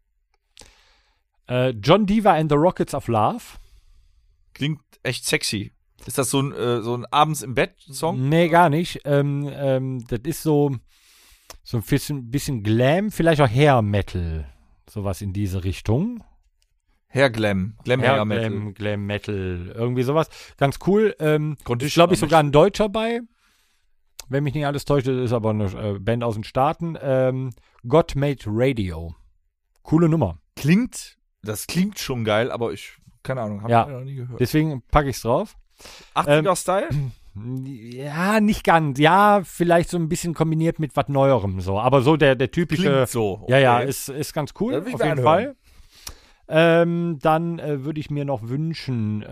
Äh, John Diva and the Rockets of Love. Klingt echt sexy. Ist das so ein, äh, so ein Abends im Bett-Song? Nee, gar nicht. Ähm, ähm, das ist so, so ein bisschen, bisschen Glam, vielleicht auch Hair Metal. Sowas in diese Richtung. Hair Glam. Glam Hair, Hair Metal. Glam, Glam Metal. Irgendwie sowas. Ganz cool. Ähm, Konnte ist, glaube ich, noch sogar ein Deutscher bei. Wenn mich nicht alles täuscht, das ist aber eine äh, Band aus den Staaten. Ähm, God Made Radio. Coole Nummer. Klingt, das klingt schon geil, aber ich, keine Ahnung, habe Ja. ich noch nie gehört. Deswegen packe ich es drauf. achtziger-Style? Ja, nicht ganz. Ja, vielleicht so ein bisschen kombiniert mit was Neuerem. So. Aber so der, der typische. Klingt so. Ja, ja, okay. ist, ist ganz cool. Das will ich Auf mir jeden anhören. Fall. Ähm, dann äh, würde ich mir noch wünschen.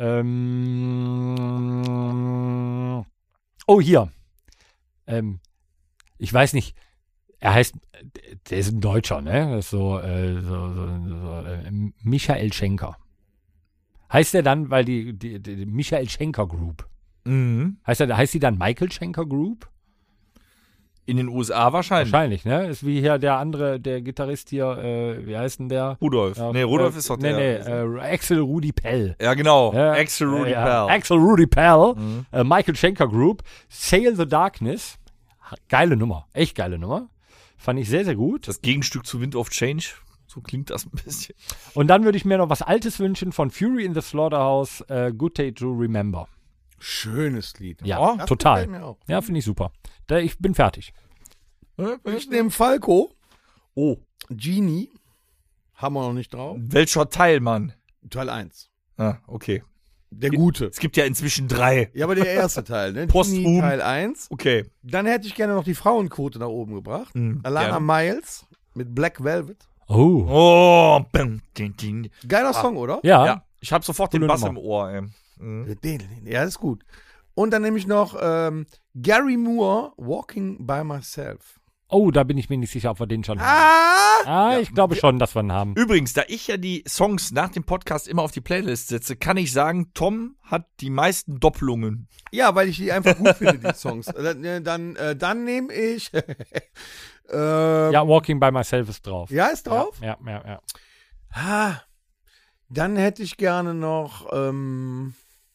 Ähm, oh, hier. Ähm, ich weiß nicht. Er heißt, der ist ein Deutscher, ne? Das ist so, äh, so, so, so äh, Michael Schenker. Heißt er dann, weil die, die, die Michael Schenker Group. Mhm. Heißt er, heißt die dann Michael Schenker Group? In den U S A wahrscheinlich. Wahrscheinlich, ne? Ist wie hier der andere, der Gitarrist hier, äh, wie heißt denn der? Rudolf. Ja, nee, Rudolf äh, ist doch nee, der. Nee, äh, Axel Rudi Pell. Ja, genau. Ja, Axel Rudy äh, ja. Pell. Axel Rudi Pell, Mhm. äh, Michael Schenker Group, Sail the Darkness. Geile Nummer, echt geile Nummer. Fand ich sehr, sehr gut. Das Gegenstück zu Wind of Change. So klingt das ein bisschen. Und dann würde ich mir noch was Altes wünschen von Fury in the Slaughterhouse, äh, Good Day to Remember. Schönes Lied. Ja, Oh, Das total. gefällt mir auch. Ja, finde ich super. Da, ich bin fertig. Ich nehme Falco. Oh. Genie. Haben wir noch nicht drauf. Welcher Teil, Mann? Teil eins. Ah, okay. Der gute. Es gibt ja inzwischen drei. Ja, aber der erste Teil, ne? Posthum. Genie Teil eins. Okay. Dann hätte ich gerne noch die Frauenquote nach oben gebracht. Mhm, Alana gerne. Miles mit Black Velvet. Oh. Oh. Bim, din, din. Geiler Song, oder? Ja. Ja, ich habe sofort den Coole Bass Nummer. im Ohr, ey. Mhm. Den, den, ja, ist gut. Und dann nehme ich noch ähm, Gary Moore, Walking by Myself. Oh, da bin ich mir nicht sicher, ob wir den schon haben. Ah! Ah, ich glaube schon, dass wir ihn haben. Übrigens, da ich ja die Songs nach dem Podcast immer auf die Playlist setze, kann ich sagen, Tom hat die meisten Doppelungen. Ja, weil ich die einfach gut finde, die Songs. Dann, äh, dann, äh, dann nehme ich. äh, Ja, Walking by Myself ist drauf. ja, ist drauf? Ja, ja, ja. Ah, dann hätte ich gerne noch. Ähm,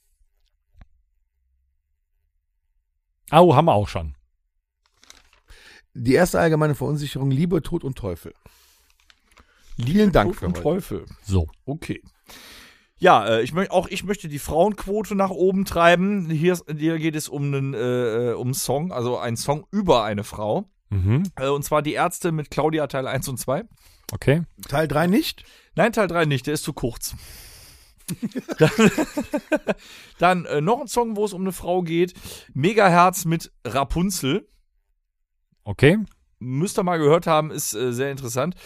Au, haben wir auch schon. die erste allgemeine Verunsicherung: Liebe, Tod und Teufel. Vielen Dank für heute. Teufel. So. Okay. Ja, äh, ich möchte auch ich möchte die Frauenquote nach oben treiben. Hier, hier geht es um einen äh, um einen Song, also ein Song über eine Frau. Mhm. Äh, und zwar die Ärzte mit Claudia Teil eins und zwei. Okay. Teil drei nicht? Nein, Teil drei nicht, der ist zu kurz. dann dann äh, noch ein Song, wo es um eine Frau geht. Megaherz mit Rapunzel. Okay. Müsst ihr mal gehört haben, ist äh, sehr interessant.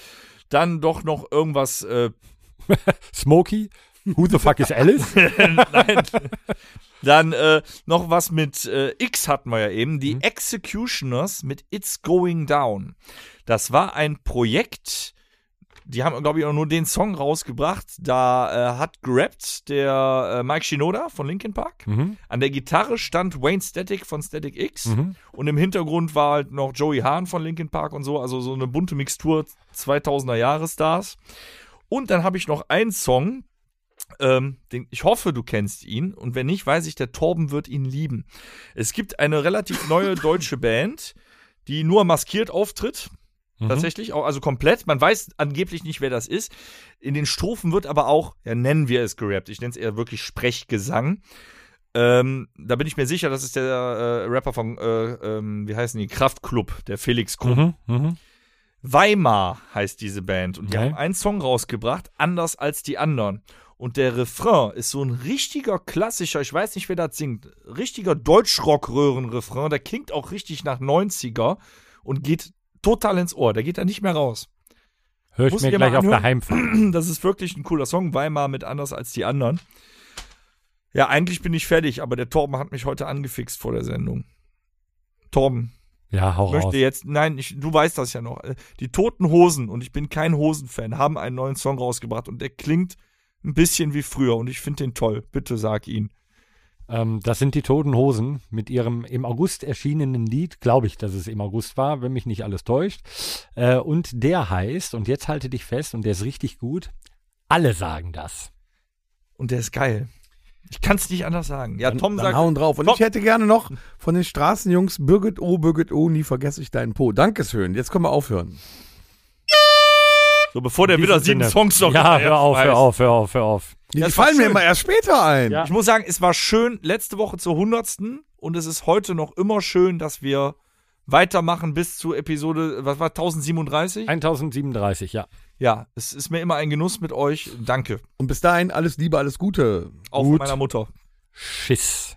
Dann doch noch irgendwas, äh, Smokey? Who the fuck is Alice? nein. Dann äh, noch was mit äh, X hatten wir ja eben. Die Executioners mit It's Going Down. Das war ein Projekt, die haben, glaube ich, auch nur den Song rausgebracht. Da äh, hat gerappt der äh, Mike Shinoda von Linkin Park. Mhm. An der Gitarre stand Wayne Static von Static X. Mhm. Und im Hintergrund war halt noch Joey Hahn von Linkin Park und so. Also so eine bunte Mixtur zweitausender Jahre Stars. Und dann habe ich noch einen Song, ähm, den, ich hoffe, du kennst ihn. Und wenn nicht, weiß ich, der Torben wird ihn lieben. Es gibt eine relativ neue deutsche Band, die nur maskiert auftritt. Mhm. Tatsächlich, auch, also komplett. Man weiß angeblich nicht, wer das ist. In den Strophen wird aber auch, ja, nennen wir es gerappt. Ich nenne es eher wirklich Sprechgesang. Ähm, da bin ich mir sicher, das ist der äh, Rapper von, äh, ähm, wie heißen die, Kraftklub, der Felix Krumm. Mhm. Mhm. Weimar heißt diese Band. Und die Okay. haben einen Song rausgebracht, anders als die anderen. Und der Refrain ist so ein richtiger klassischer, ich weiß nicht, wer das singt, richtiger Deutschrock-Röhren-Refrain. Der klingt auch richtig nach neunziger und geht total ins Ohr. Der geht da nicht mehr raus. Hör ich Muss mir ich dir gleich mal auf der anhören. Heimfahrt. Das ist wirklich ein cooler Song. Weimar mit anders als die anderen. Ja, eigentlich bin ich fertig, aber der Torben hat mich heute angefixt vor der Sendung. Torben, Ja, hau ich möchte raus. jetzt, nein, ich, du weißt das ja noch. Die Toten Hosen, und ich bin kein Hosen-Fan, haben einen neuen Song rausgebracht und der klingt ein bisschen wie früher und ich finde den toll. Bitte sag ihn. Ähm, das sind die Toten Hosen mit ihrem im August erschienenen Lied, glaube ich, dass es im August war, wenn mich nicht alles täuscht. Äh, und der heißt, und jetzt halte dich fest, und der ist richtig gut, alle sagen das. Und der ist geil. Ich kann es nicht anders sagen. Ja, Tom Dann sagt, hauen drauf. Und Tom- ich hätte gerne noch von den Straßenjungs Birgit O, Birgit O, nie vergesse ich deinen Po. Dankeschön. Jetzt können wir aufhören. so bevor der In wieder diesem sieben Sinne. Songs noch Ja, hinterher hör auf, hör schmeißt. auf, hör auf, hör auf. Die, Ja, die das war fallen mir schön. immer erst später ein. Ja. Ich muss sagen, es war schön letzte Woche zur hundertsten und es ist heute noch immer schön, dass wir weitermachen bis zur Episode, was war, tausendsiebenunddreißig? tausendsiebenunddreißig, ja. Ja, es ist mir immer ein Genuss mit euch. Danke. Und bis dahin alles Liebe, alles Gute. Auch von Gut. meiner Mutter. Schiss.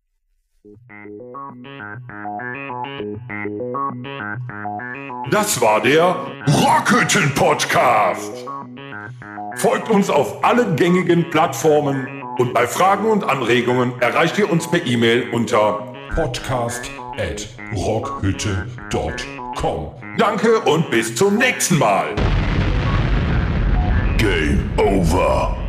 Das war der Rockhütten-Podcast. Folgt uns auf allen gängigen Plattformen und bei Fragen und Anregungen erreicht ihr uns per E-Mail unter podcast at rockhütte punkt com. Danke und bis zum nächsten Mal. Game over.